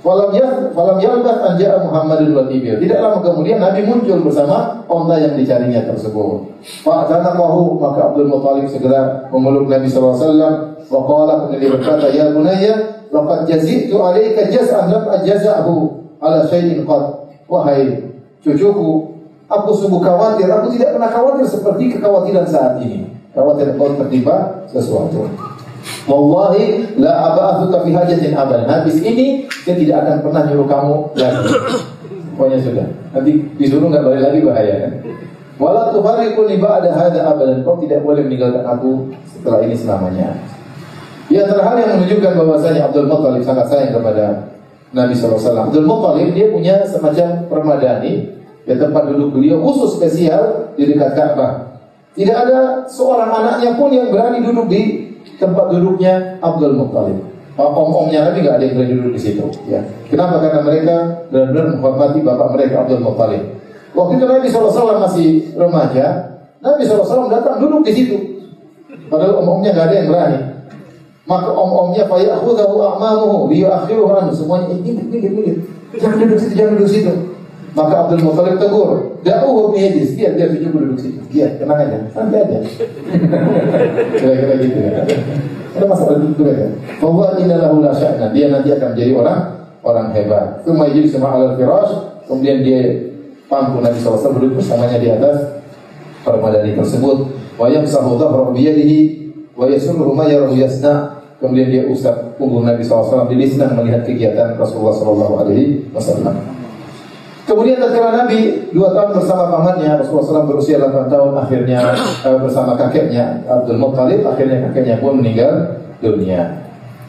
Falam yas, falam yalbath an ja'a Muhammadun wal ibil. Tidak lama kemudian Nabi muncul bersama onta yang dicarinya tersebut. Fa'tanaqahu, maka Abdul Muthalib segera memeluk Nabi sallallahu alaihi wasallam. Wa qala, kemudian berkata, ya bunayya, laqad jazi'tu 'alaika jaz'an lam ajza'hu ala syai'in qad. Wahai cucuku, aku sungguh khawatir, aku tidak pernah khawatir seperti kekhawatiran saat ini. Khawatir kau tertimpa sesuatu. Wallahi la aba'athuka fi hajatin abadan. Habis ini saya tidak akan pernah nyuruh kamu lagi. Pokoknya sudah. Nanti disuruh enggak balik lagi bahaya kan. Wala tufarriquni ba'da hadza abadan. Kau tidak boleh meninggalkan aku setelah ini selamanya. Ya, terhal yang menunjukkan bahwasanya Abdul Muthalib sangat sayang kepada Nabi sallallahu alaihi wasallam. Abdul Muthalib dia punya semacam permadani, ya, tempat duduk beliau khusus spesial di dekat Ka'bah. Tidak ada seorang anaknya pun yang berani duduk di tempat duduknya Abdul Muthalib. Om-omnya Nabi nggak ada yang berani duduk di situ. Ya. Kenapa? Karena mereka benar-benar menghormati bapak mereka Abdul Muthalib. Waktu itu Nabi sallallahu alaihi wasallam masih remaja, Nabi sallallahu alaihi wasallam datang duduk di situ. Padahal om-omnya nggak ada yang berani. Maka om-omnya fayakhudhu a'mamuhu liyu'akhiruhu an, semuanya ini minggir-minggir. Jangan duduk situ, jangan duduk situ. Maka Abdul Muthalib tegur, da'uhu bihijis, biar dia cucu duduk situ. Biar, tenang aja, santai aja. Kira-kira gitu ya. Ada masalah duduk aja. Bahwa innalahu la sya'na, dia nanti akan menjadi orang orang hebat. Tsumma yajlisu ma'al firash, kemudian dia pangku Nabi sallallahu alaihi wasallam duduk bersamanya di atas permadani tersebut. Wa yamsahu dhahrahu bi yadihi wa yasurruhu ma yarahu yasna. Kemudian dia usap punggung Nabi sallallahu alaihi wasallam, dia senang melihat kegiatan Rasulullah sallallahu alaihi wasallam. Kemudian tatkala Nabi dua tahun bersama pamannya, Rasulullah sallallahu alaihi wasallam berusia delapan tahun, akhirnya uh, bersama kakeknya Abdul Muthalib, akhirnya kakeknya pun meninggal dunia.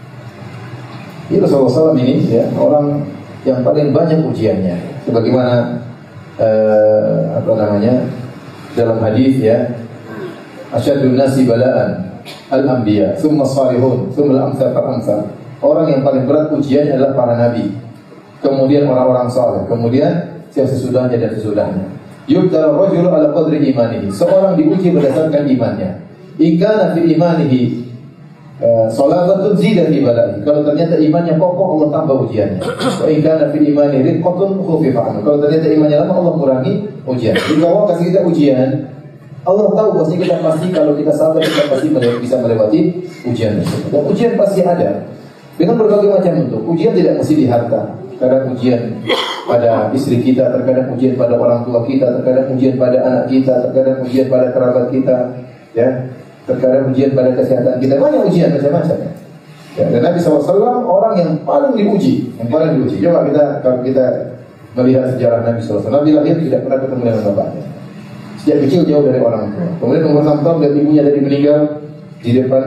Ini Rasulullah sallallahu alaihi wasallam ini ya, orang yang paling banyak ujiannya. Sebagaimana uh, apa namanya dalam hadis ya, asyadun nasi bala'an al-anbiya, thumma salihun, thumma al-amsal fal-amsal. Orang yang paling berat ujiannya adalah para nabi, kemudian orang-orang saleh, kemudian yang sesudahnya dan sesudahnya. Yubtala rajulu ala qadri imanihi. Seorang diuji berdasarkan imannya. Ikana fi imanihi salatatun zidat fi bala'i. Kalau ternyata imannya kokoh, Allah tambah ujiannya. Wa ikana fi imanihi riqqatun khufifa anhu. Kalau ternyata imannya lemah, Allah kurangi ujian. Jika Allah kasih kita ujian, Allah tahu pasti kita pasti kalau kita sabar kita pasti bisa melewati ujian tersebut. Dan ujian pasti ada dengan berbagai macam bentuk. Ujian tidak mesti di harta. Terkadang ujian pada istri kita, terkadang ujian pada orang tua kita, terkadang ujian pada anak kita, terkadang ujian pada kerabat kita, ya, terkadang ujian pada kesehatan kita, banyak ujian macam-macam. Ya, dan Nabi sallallahu alaihi wasallam orang yang paling diuji, yang paling diuji. Coba kita kalau kita melihat sejarah Nabi sallallahu alaihi wasallam, Nabi lahir tidak pernah ketemu dengan bapaknya. Sejak kecil jauh dari orang tua. Kemudian umur enam tahun dan ibunya dari meninggal di depan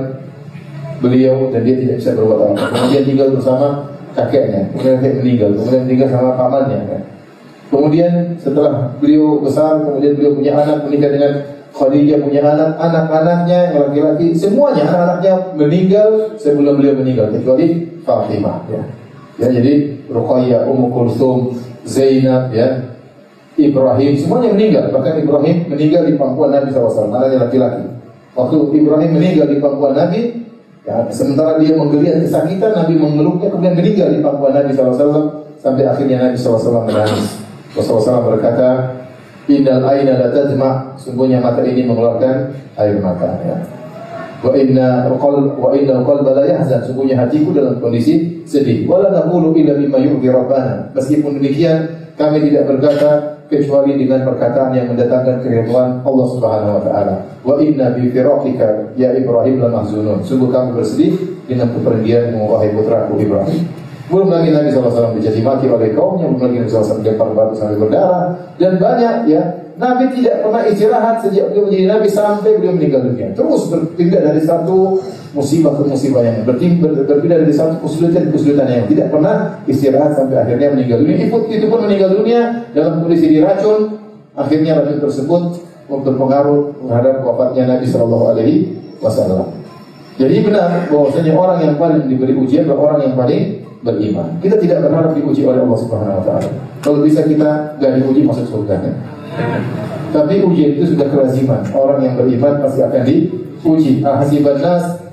beliau dan dia tidak bisa berbuat apa-apa. Kemudian tinggal bersama kakeknya, kemudian kakek meninggal, kemudian tinggal sama pamannya kan. Kemudian setelah beliau besar, kemudian beliau punya anak, menikah dengan Khadijah, punya anak, anak-anaknya yang laki-laki, semuanya anak-anaknya meninggal sebelum beliau meninggal, kecuali Fatimah ya. Ya, jadi Ruqayyah, Ummu Kulthum, Zainab ya, Ibrahim, semuanya meninggal. Bahkan Ibrahim meninggal di pangkuan Nabi sallallahu alaihi wasallam, anaknya laki-laki. Waktu Ibrahim meninggal di pangkuan Nabi, ya, sementara dia menggeliat kesakitan, Nabi memeluknya, kemudian meninggal di pangkuan Nabi sallallahu alaihi wasallam sampai akhirnya Nabi sallallahu alaihi wasallam menangis. Rasulullah sallallahu alaihi wasallam berkata, "Innal aina la tajma'," sungguhnya mata ini mengeluarkan air mata. Ya. Wa inna qalb wa inna qalba la yahzan, sungguhnya hatiku dalam kondisi sedih. Wala naqulu illa bima yurdi rabbana. Meskipun demikian, kami tidak berkata kecuali dengan perkataan yang mendatangkan keridhaan Allah Subhanahu wa taala. Wa inna bi firaqika ya Ibrahim la mahzunun. Sungguh kami bersedih dengan kepergianmu wahai putraku Ibrahim. Belum lagi Nabi sallallahu alaihi wasallam dicaci maki oleh kaumnya, belum lagi Nabi sallallahu alaihi wasallam dilempar batu sampai berdarah, dan banyak ya. Nabi tidak pernah istirahat sejak beliau menjadi Nabi sampai beliau meninggal dunia. Terus berpindah dari satu musibah ke musibah yang berpindah, berpindah dari satu kesulitan ke kesulitan yang tidak pernah istirahat sampai akhirnya meninggal dunia. Itu, itu pun meninggal dunia dalam kondisi diracun. Akhirnya racun tersebut berpengaruh terhadap wafatnya Nabi sallallahu alaihi wasallam. Jadi benar bahwasanya orang yang paling diberi ujian adalah orang yang paling beriman. Kita tidak berharap diuji oleh Allah Subhanahu wa taala. Kalau bisa kita enggak diuji masuk surga kan. Tapi ujian itu sudah kelaziman. Orang yang beriman pasti akan diuji. Ahasiban nas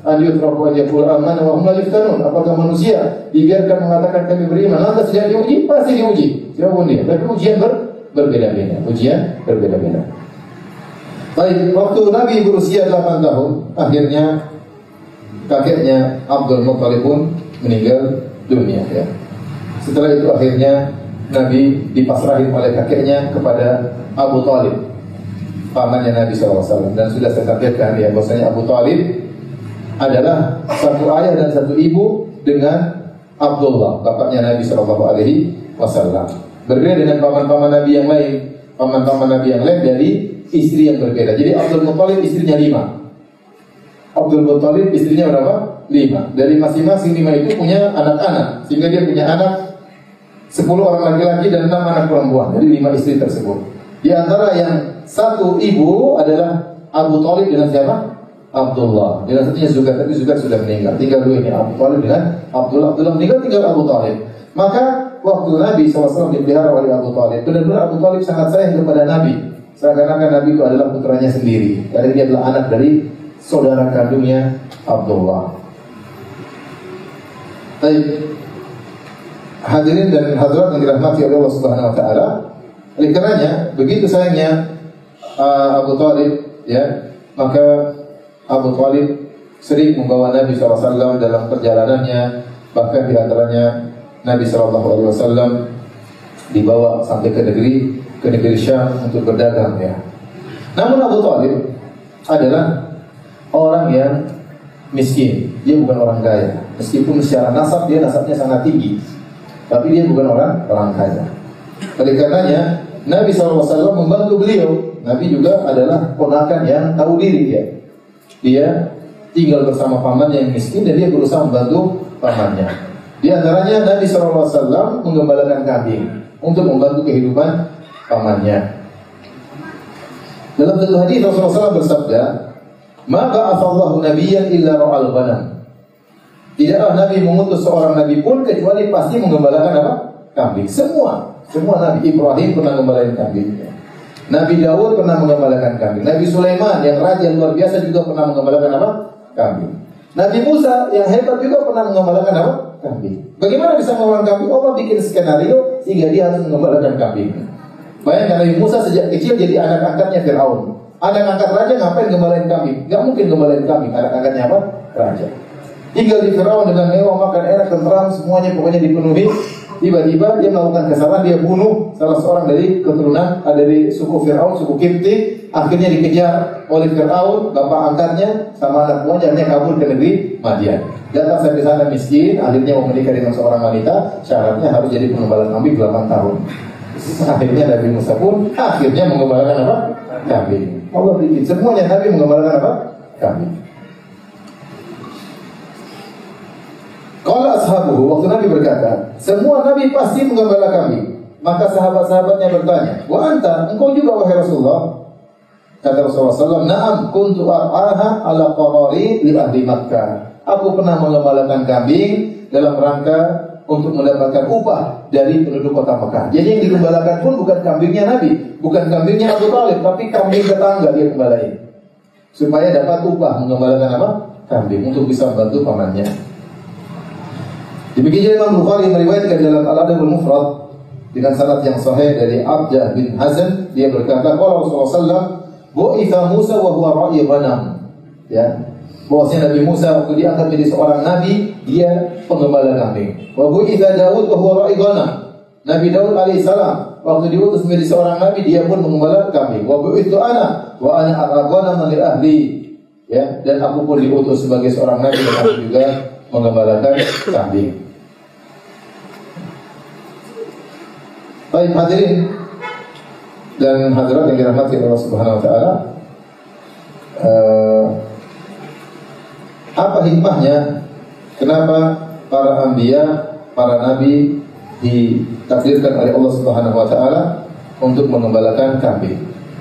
an yutraku an yaqulu amanna wa hum la yuftanun. Apakah manusia dibiarkan mengatakan kami beriman lantas tidak diuji? Pasti diuji. Siapapun dia. Tapi ujian ber, berbeda-beda. Ujian berbeda-beda. Baik, waktu Nabi berusia delapan tahun, akhirnya kakeknya Abdul Muttalib pun meninggal dunia ya. Setelah itu akhirnya Nabi dipasrahin oleh kakeknya kepada Abu Thalib, pamannya Nabi shallallahu alaihi wasallam. Dan sudah saya sampaikan ya, bahwasanya Abu Thalib adalah satu ayah dan satu ibu dengan Abdullah, bapaknya Nabi shallallahu alaihi wasallam. Berbeda dengan paman-paman Nabi yang lain. Paman-paman Nabi yang lain dari istri yang berbeda. Jadi Abdul Muttalib istrinya lima. Abdul Muttalib istrinya berapa? Lima. Dari masing-masing lima itu punya anak-anak, sehingga dia punya anak sepuluh orang laki-laki dan enam anak perempuan. Jadi lima istri tersebut. Di antara yang satu ibu adalah Abu Thalib dengan siapa? Abdullah. Dan satunya Zubair, tapi Zubair sudah meninggal. Tinggal dua ini, Abu Thalib dengan Abdullah. Abdullah meninggal, tinggal Abu Thalib. Maka waktu Nabi shallallahu alaihi wasallam dipelihara oleh Abu Thalib, benar-benar Abu Thalib sangat sayang kepada Nabi. Seakan-akan Nabi itu adalah putranya sendiri. Karena dia adalah anak dari saudara kandungnya Abdullah. Baik. Hadirin dan hadirat yang dirahmati oleh Allah Subhanahu wa taala. Oleh karenanya, begitu sayangnya uh, Abu Thalib ya, maka Abu Thalib sering membawa Nabi shallallahu alaihi wasallam dalam perjalanannya. Bahkan di antaranya Nabi shallallahu alaihi wasallam dibawa sampai ke negeri ke negeri Syam untuk berdagang ya. Namun Abu Thalib adalah orang yang miskin. Dia bukan orang kaya. Meskipun secara nasab dia nasabnya sangat tinggi, tapi dia bukan orang orang kaya. Oleh karenanya Nabi shallallahu alaihi wasallam membantu beliau. Nabi juga adalah ponakan yang tahu diri dia. Dia tinggal bersama pamannya yang miskin dan dia berusaha membantu pamannya. Di antaranya Nabi shallallahu alaihi wasallam menggembalakan kambing untuk membantu kehidupan pamannya. Dalam satu hadis Rasulullah shallallahu alaihi wasallam bersabda, "Ma ba'atsallahu nabiyyan illa ra'al ghanam." Tidaklah Nabi mengutus seorang Nabi pun kecuali pasti menggembalakan apa? Kambing. Semua, semua Nabi. Ibrahim pernah menggembalakan kambing. Nabi Daud pernah menggembalakan kambing. Nabi Sulaiman yang raja yang luar biasa juga pernah menggembalakan apa? Kambing. Nabi Musa yang hebat juga pernah menggembalakan apa? Kambing. Bagaimana bisa menggembalakan kambing? Allah bikin skenario sehingga dia harus menggembalakan kambing. Bayangkan Nabi Musa sejak kecil jadi anak angkatnya Fir'aun. Anak angkat raja ngapain gembalain kambing? Gak mungkin gembalain kambing. Anak angkatnya apa? Raja. Tinggal di Fir'aun dengan mewah, makan enak, tentram, semuanya pokoknya dipenuhi. Tiba-tiba dia melakukan kesalahan, dia bunuh salah seorang dari keturunan, dari suku Fir'aun, suku Kipti. Akhirnya dikejar oleh Fir'aun, bapak angkatnya sama anak buahnya, akhirnya kabur ke negeri Madian. Datang sampai sana miskin, akhirnya mau menikah dengan seorang wanita, syaratnya harus jadi pengembala kambing delapan tahun. Akhirnya Nabi Musa pun akhirnya mengembalakan apa? Kambing. Allah bikin semuanya Nabi mengembalakan apa? Kambing. Qala ashabuhu, waktu Nabi berkata, semua Nabi pasti menggembala kambing. Maka sahabat-sahabatnya bertanya, wa anta, engkau juga wahai Rasulullah? Kata Rasulullah shallallahu alaihi wasallam, na'am kuntu ar'aha ala qarari li ahli Makkah. Aku pernah mengembalakan kambing dalam rangka untuk mendapatkan upah dari penduduk kota Mekah. Jadi yang digembalakan pun bukan kambingnya Nabi, bukan kambingnya Abu Thalib, tapi kambing tetangga dia gembalain. Supaya dapat upah menggembalakan apa? Kambing untuk bisa membantu pamannya. Demikian Imam Bukhari meriwayatkan dalam Al-Adabul Mufrad dengan sanad yang sahih dari Abdah bin Hazm, dia berkata, qala Rasulullah sallallahu alaihi wasallam, bu'itha Musa wa huwa ra'i ghanam. Ya. Bahwasanya Nabi Musa waktu diangkat menjadi seorang nabi, dia penggembala kambing. Wa bu'itha Daud wa huwa ra'i ghanam. Nabi Daud alaihissalam waktu diutus menjadi seorang nabi, dia pun menggembala kambing. Wa bu'ithu ana wa ana arghanam li ahli. Ya, dan aku pun diutus sebagai seorang nabi dan aku juga menggembalakan kambing. Baik hadirin dan hadirat yang dirahmati Allah Subhanahu wa taala, uh, apa hikmahnya kenapa para anbiya, para nabi ditakdirkan oleh Allah Subhanahu wa taala untuk mengembalakan kambing?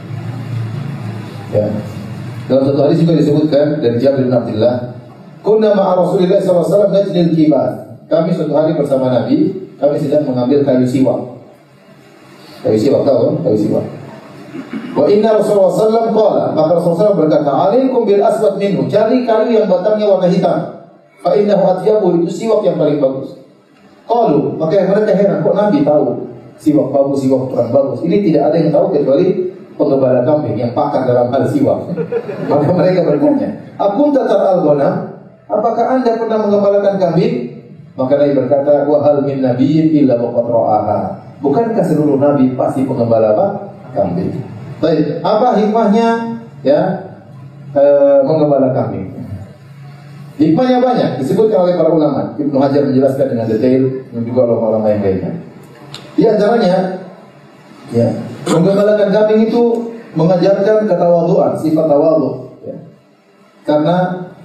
Ya. Dalam satu hadis juga disebutkan dari Jabir bin Abdullah, kunna ma'a Rasulillah sallallahu alaihi wasallam najlil kibar. Kami suatu hari bersama Nabi, kami sedang mengambil kayu siwak. Kayu siwak, tahu? Kayu siwak. Wa inna Rasulullah sallallahu alaihi wasallam qala, maka Rasulullah sallallahu alaihi wasallam berkata, "Alaikum bil aswad minhu." Cari kayu yang batangnya warna hitam. Fa innahu atyabu, itu siwak yang paling bagus. Qalu, maka yang mereka heran, kok Nabi tahu siwak bagus, siwak kurang bagus? Ini tidak ada yang tahu kecuali penggembala kambing yang pakar dalam hal siwak. Maka mereka bertanya, "Akum tatar al-ghanam?" Apakah Anda pernah menggembalakan kambing? Maka Nabi berkata, "Wa hal min nabiyyin illa waqad ra'aha." Bukankah seluruh nabi pasti penggembala apa? Kambing. Baik, apa hikmahnya ya e, menggembala kambing? Hikmahnya banyak, disebutkan oleh para ulama. Ibnu Hajar menjelaskan dengan detail, dan juga ulama-ulama yang lainnya. Di antaranya, ya, menggembalakan kambing itu mengajarkan ketawaduan, sifat tawadhu. Ya. Karena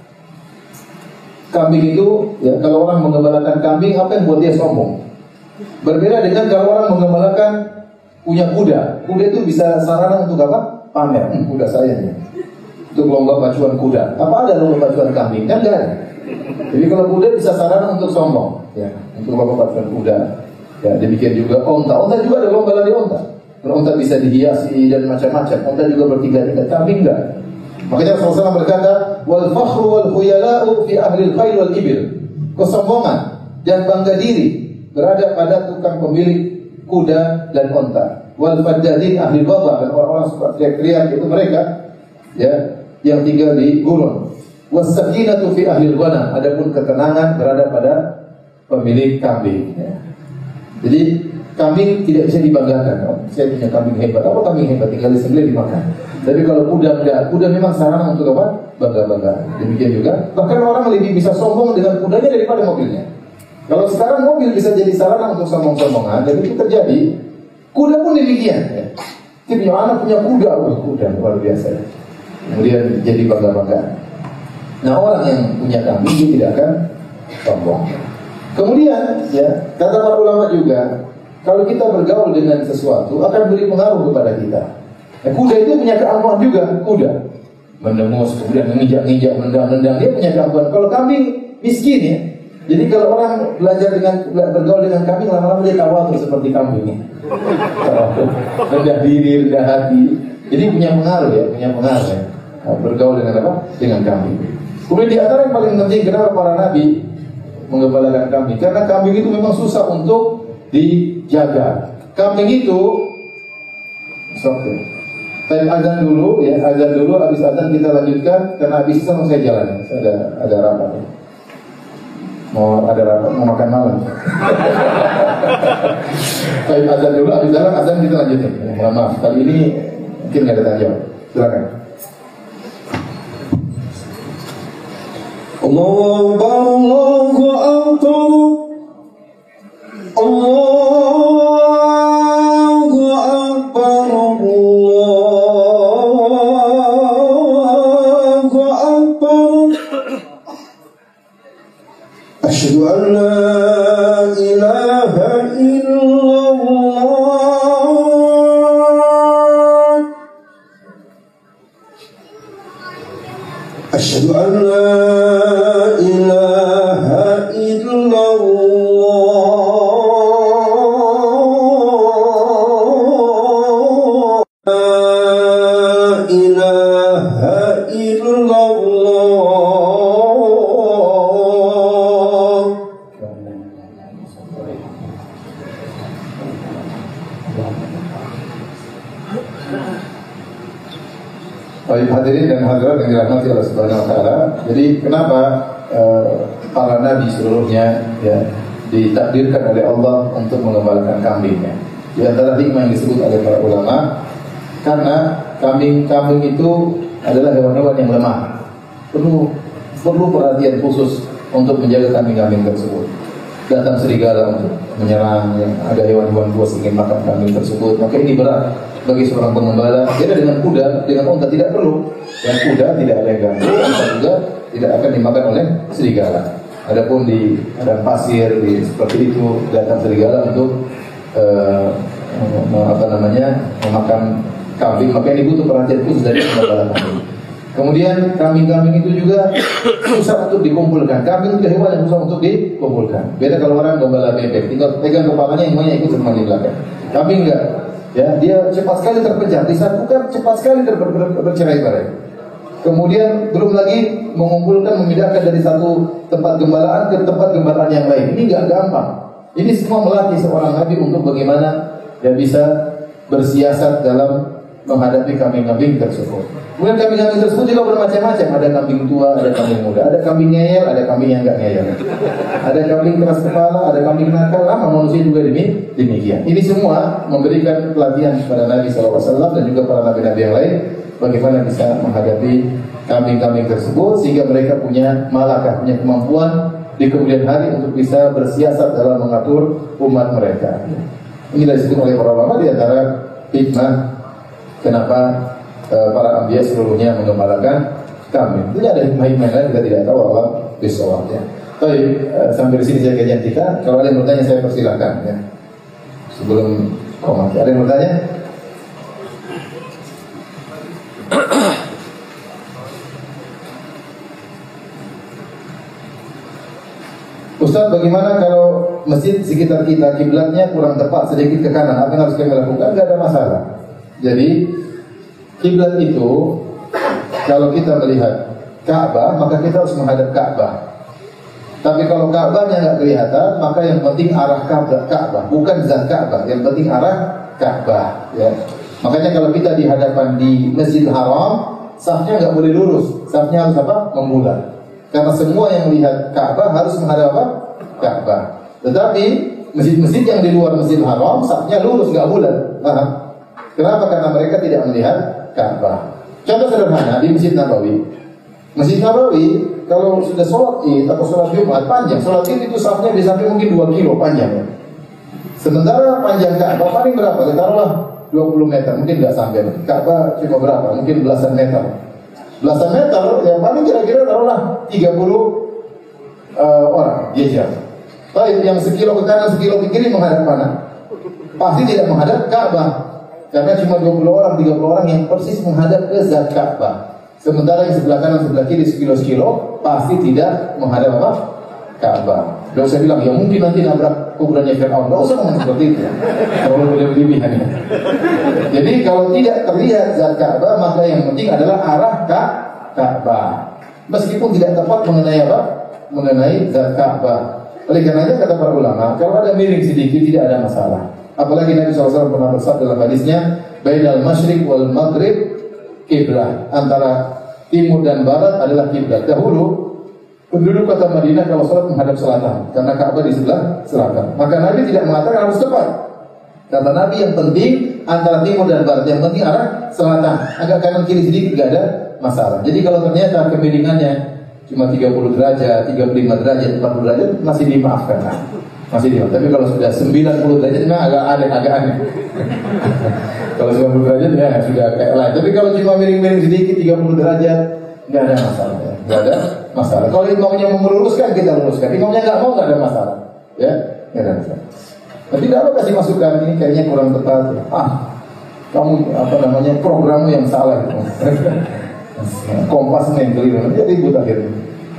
kambing itu, ya, kalau orang menggembalakan kambing, apa yang buat dia sombong? Berbeda dengan kalau orang menggembalakan punya kuda. Kuda itu bisa sarana untuk apa? Pamer. Hmm, kuda saya nih. Untuk lomba pacuan kuda. Apa ada lomba pacuan kambing? Kan enggak ada. Jadi kalau kuda bisa sarana untuk sombong, ya, untuk lomba pacuan kuda. Ya, demikian juga onta. Onta juga ada lomba lari onta. Onta bisa dihiasi dan macam-macam. Onta juga bertiga-tiga. Kambing enggak. Makanya Rasulullah shallallahu alaihi wasallam berkata, "Wal fakhru wal khuyala'u fi ahli al-khair wal ibil." Kesombongan dan bangga diri berada pada tukang pemilik kuda dan onta. Wal fadadin ahli baba, dan orang-orang suka teriak-teriak itu mereka, ya, yang tinggal di gurun. Was sakinatu fi ahli al-ghanam, adapun ketenangan berada pada pemilik kambing. Ya. Jadi kambing tidak bisa dibanggakan. Oh, saya punya kambing hebat. Apa kambing hebat? Tinggal disembelih dimakan. Tapi kalau kuda enggak, kuda memang sarana untuk apa? Bangga-bangga. Demikian juga, bahkan orang lebih bisa sombong dengan kudanya daripada mobilnya. Kalau sekarang mobil bisa jadi sarana untuk sombong-sombongan, dan itu terjadi. Kuda pun demikian. Ya. Kita punya anak punya kuda, wah kuda luar biasa. Kemudian jadi bangga-bangga. Nah, orang yang punya kambing dia tidak akan sombong. Kemudian, ya, kata para ulama juga, kalau kita bergaul dengan sesuatu akan beri pengaruh kepada kita. Nah, kuda itu punya keangkuhan juga, kuda mendengus, kemudian menginjak-injak, mendang-mendang, dia punya keangkuhan. Kalau kambing miskin ya. Jadi kalau orang belajar dengan bergaul dengan kambing, lama-lama dia tawadhu seperti kambing. Rendah diri, rendah hati. Jadi punya pengaruh ya, punya pengaruh ya. Bergaul dengan apa? Dengan kambing. Kemudian di antara yang paling penting, kenapa para nabi menggembalakan kambing? Karena kambing itu memang susah untuk dijaga. Kambing itu, oke. Saya azan dulu ya, azan dulu. Habis azan kita lanjutkan. Karena habis itu saya jalan. Saya ada ada rapat ya. Mau ada rapat, mau makan malam. Baik, azan dulu, habis azan, azan kita lanjutin. Ya, maaf, kali ini mungkin nggak ada tanya jawab. Silakan.
Allahu Akbar, Allahu Akbar, Allahu Akbar, Allahu Akbar. Asyhadu an la ilaha illallah. Asyhadu an la ilaha illallah. La ilaha illallah.
Baik hadirin dan hadirat yang dirahmati Allah Subhanahu wa taala. Jadi kenapa uh, para nabi seluruhnya ya ditakdirkan oleh Allah untuk mengembalakan kambingnya? Di antara hikmah yang disebut oleh para ulama, karena kambing-kambing itu adalah hewan-hewan yang lemah. Perlu perlu perhatian khusus untuk menjaga kambing-kambing tersebut. Datang serigala untuk menyerang, ya, ada hewan-hewan buas ingin makan kambing tersebut, maka ini berat bagi seorang pengembala. Beda dengan kuda, dengan unta tidak perlu. Yang kuda tidak ada yang ganggu, unta juga tidak akan dimakan oleh serigala. Adapun di padang pasir, di seperti itu datang serigala untuk uh, apa namanya memakan kambing, maka ini butuh perhatian khusus dari pengembala kambing. Kemudian kambing-kambing itu juga susah untuk dikumpulkan. Kambing itu hewan yang susah untuk dikumpulkan. Beda kalau orang gembala bebek, tinggal pegang kepalanya, semuanya ikut semua di belakang. Kambing enggak. Ya, dia cepat sekali terpecah, disatukan cepat sekali ber ber ber bercerai-berai. Kemudian belum lagi mengumpulkan, memindahkan dari satu tempat gembalaan ke tempat gembalaan yang lain. Ini nggak gampang. Ini semua melatih seorang nabi untuk bagaimana dia bisa bersiasat dalam menghadapi kambing-kambing tersebut. Kemudian kambing-kambing tersebut juga bermacam-macam. Ada kambing tua, ada kambing muda, ada kambing ngeyel, ada kambing yang nggak ngeyel. Ada kambing keras kepala, ada kambing nakal. Lama manusia juga demikian. Ini semua memberikan pelatihan kepada Nabi shallallahu alaihi wasallam dan juga para nabi-nabi yang lain bagaimana bisa menghadapi kambing-kambing tersebut sehingga mereka punya malakah, punya kemampuan di kemudian hari untuk bisa bersiasat dalam mengatur umat mereka. Ini disebut oleh para ulama di antara hikmah kenapa uh, para anbiya seluruhnya menggembalakan kambing. Ini ada hikmah-hikmah lain kita tidak tahu Allah bisawabnya. Baik, uh, sampai di sini saya kajian kita. Kalau ada yang bertanya saya persilahkan ya. Sebelum komat, ada yang bertanya? Ustaz, bagaimana kalau masjid sekitar kita kiblatnya kurang tepat, sedikit ke kanan, apa yang harus kami lakukan? Tidak ada masalah. Jadi kiblat itu kalau kita melihat Ka'bah, maka kita harus menghadap Ka'bah. Tapi kalau Ka'bahnya nggak kelihatan, maka yang penting arah Ka'bah, bukan zat Ka'bah. Yang penting arah Ka'bah. Ya. Makanya kalau kita di hadapan di Masjidil Haram, safnya nggak boleh lurus, safnya harus apa? Membulat. Karena semua yang melihat Ka'bah harus menghadap apa? Ka'bah. Tetapi masjid-masjid yang di luar Masjidil Haram safnya lurus, nggak bulat. Paham? Kenapa? Karena mereka tidak melihat Ka'bah. Contoh sederhana di Masjid Nabawi. Masjid Nabawi kalau sudah sholat Id atau sholat Jumat panjang, sholat Id itu safnya bisa sampai mungkin dua kilo panjang. Sementara panjang Ka'bah paling berapa? Taruhlah dua puluh meter, mungkin nggak sampai. Ka'bah cuma berapa? Mungkin belasan meter. Belasan meter, yang paling kira-kira taruhlah tiga puluh uh, orang geser. Tapi yang sekilo ke kanan, sekilo ke kiri menghadap mana? Pasti tidak menghadap Ka'bah. Karena cuma dua puluh orang, tiga puluh orang yang persis menghadap ke zat Ka'bah. Sementara yang sebelah kanan, sebelah kiri, sekilo-sekilo pasti tidak menghadap apa? Ka'bah. Lalu saya bilang, ya mungkin nanti nabrak kuburannya Fir'aun. Nggak usah ngomong seperti itu. Terlalu berlebihan. Jadi kalau tidak terlihat zat Ka'bah, maka yang penting adalah arah Ka'bah. Meskipun tidak tepat mengenai apa? Mengenai zat Ka'bah. Oleh karenanya kata para ulama, kalau ada miring sedikit tidak ada masalah. Apalagi Nabi shallallahu alaihi wasallam pernah bersabda dalam hadisnya, bainal masyriq wal maghrib kiblah, antara timur dan barat adalah kiblat. Dahulu penduduk kota Madinah kalau sholat menghadap selatan, karena Ka'bah di sebelah selatan. Maka Nabi tidak mengatakan harus tepat. Kata Nabi yang penting antara timur dan barat, yang penting arah selatan. Agak kanan kiri sedikit tidak ada masalah. Jadi kalau ternyata kemiringannya cuma tiga puluh derajat, tiga puluh lima derajat, empat puluh derajat masih dimaafkan. Nah, masih dimaafkan. Tapi kalau sudah sembilan puluh derajat memang agak aneh, agak aneh. Kalau sembilan puluh derajat ya sudah kayak lain. Tapi kalau cuma miring-miring sedikit tiga puluh derajat nggak ada masalah ya. Nggak ada masalah. Kalau imamnya mau meluruskan kita luruskan. Imamnya nggak mau nggak ada masalah. Ya, nggak ada masalah. Tapi tidak apa kasih masukan ini kayaknya kurang tepat. Ya. Ah, kamu apa namanya programmu yang salah. Gitu. Kompas yang keliru. Jadi ribut akhirnya.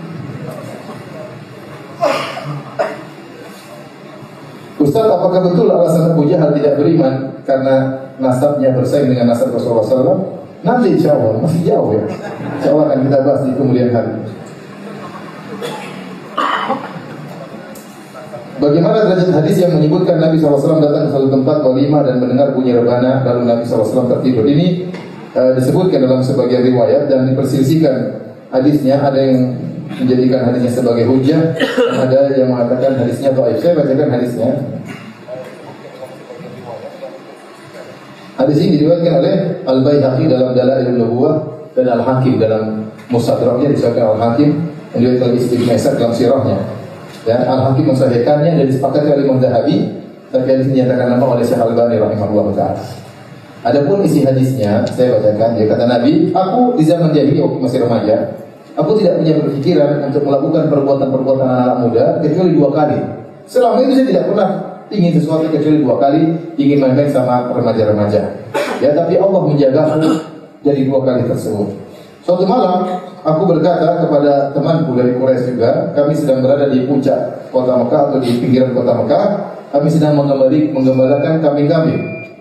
Ustaz, apakah betul alasan Abu Jahal tidak beriman karena nasabnya bersaing dengan nasab Rasulullah shallallahu alaihi wasallam? Nanti insya Allah, masih jauh ya. Insya Allah akan kita bahas di kemudian hari. Bagaimana derajat hadis yang menyebutkan Nabi shallallahu alaihi wasallam datang ke suatu tempat walimah dan mendengar bunyi rebana, lalu Nabi shallallahu alaihi wasallam tertidur? Ini uh, disebutkan dalam sebagian riwayat dan diperselisihkan hadisnya. Ada yang menjadikan hadisnya sebagai hujjah, ada yang mengatakan hadisnya dhaif. Saya bacakan hadisnya. Hadis ini diriwayatkan oleh Al-Baihaqi dalam Dalailun Nubuwah dan Al-Hakim dalam Mustadraknya, disebutkan Al-Hakim yang diriwayatkan oleh Ibnu Ishaq dalam sirahnya. Ya, Al-Hakim mensahihkannya dan disepakati oleh Imam Zahabi, tapi hadis ini dinyatakan lemah oleh Syekh Al-Albani rahimahullah taala. Adapun isi hadisnya saya bacakan. Dia kata Nabi, aku di zaman jahiliyah waktu masih remaja, aku tidak punya berpikiran untuk melakukan perbuatan-perbuatan anak muda kecuali dua kali. Selama itu saya tidak pernah ingin sesuatu kecuali dua kali, ingin main-main sama remaja-remaja. Ya, tapi Allah menjagaku dari dua kali tersebut. Suatu malam, aku berkata kepada temanku dari Quraisy juga, kami sedang berada di puncak kota Mekah atau di pinggiran kota Mekah, kami sedang mengembali, menggembalakan kambing-kambing.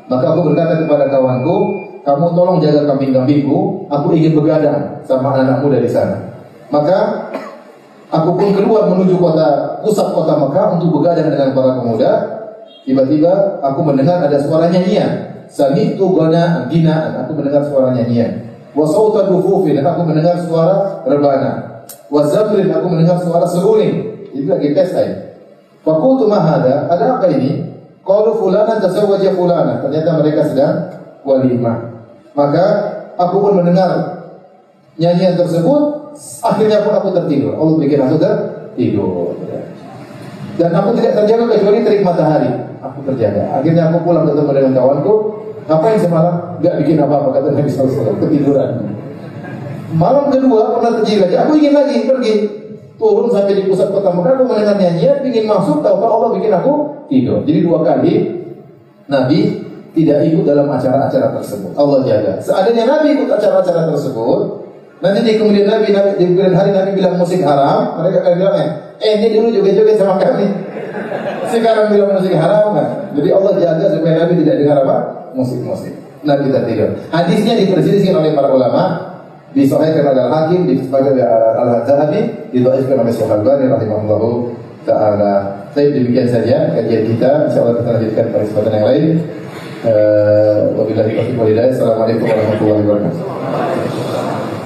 Maka aku berkata kepada kawanku, kamu tolong jaga kambing-kambingku, aku ingin begadang sama anak muda di sana. Maka aku pun keluar menuju kota pusat kota Mekah untuk begadang dengan para pemuda. Tiba-tiba aku mendengar ada suara nyanyian. Sami'tu ghana ginaan, aku mendengar suara nyanyian. Wa sauta dufufin, aku mendengar suara rebana. Wa zamrin, aku mendengar suara seruling. Itu lagi pesta ya. Faqultu ma hada, ada apa ini? Qalu fulana tazawwaja fulana. Ternyata mereka sedang walimah. Maka aku pun mendengar nyanyian tersebut. Akhirnya pun aku tertidur. Allah bikin aku tertidur. Dan aku tidak terjaga kecuali terik matahari. Aku terjaga. Akhirnya aku pulang ketemu dengan kawanku. Ngapain semalam? Gak bikin apa-apa, kata Nabi shallallahu alaihi wasallam. Ketiduran. Malam kedua pernah terjadi lagi. Aku ingin lagi pergi. Turun sampai di pusat kota Mekah. Aku mendengar nyanyian, ingin masuk. Tahu-tahu Allah bikin aku tidur. Jadi dua kali Nabi tidak ikut dalam acara-acara tersebut. Allah jaga. Seandainya Nabi ikut acara-acara tersebut, nanti di kemudian Nabi, Nabi di kemudian hari Nabi bilang musik haram, mereka akan bilang, eh ini dulu joget-joget sama kami. Sekarang bilang musik haram. Nah, jadi Allah jaga supaya Nabi tidak dengar apa? Musik-musik. Nabi tertidur. Hadisnya diperselisihkan oleh para ulama, disahihkan oleh Al-Hakim, disebutkan oleh Al-Zahabi, didhaifkan oleh Syekh Al-Albani rahimahullahu taala. Saya demikian saja kajian kita. Insyaallah kita lanjutkan pada kesempatan yang lain. Wabillahi taufiq wal hidayah. Assalamualaikum warahmatullahi wabarakatuh.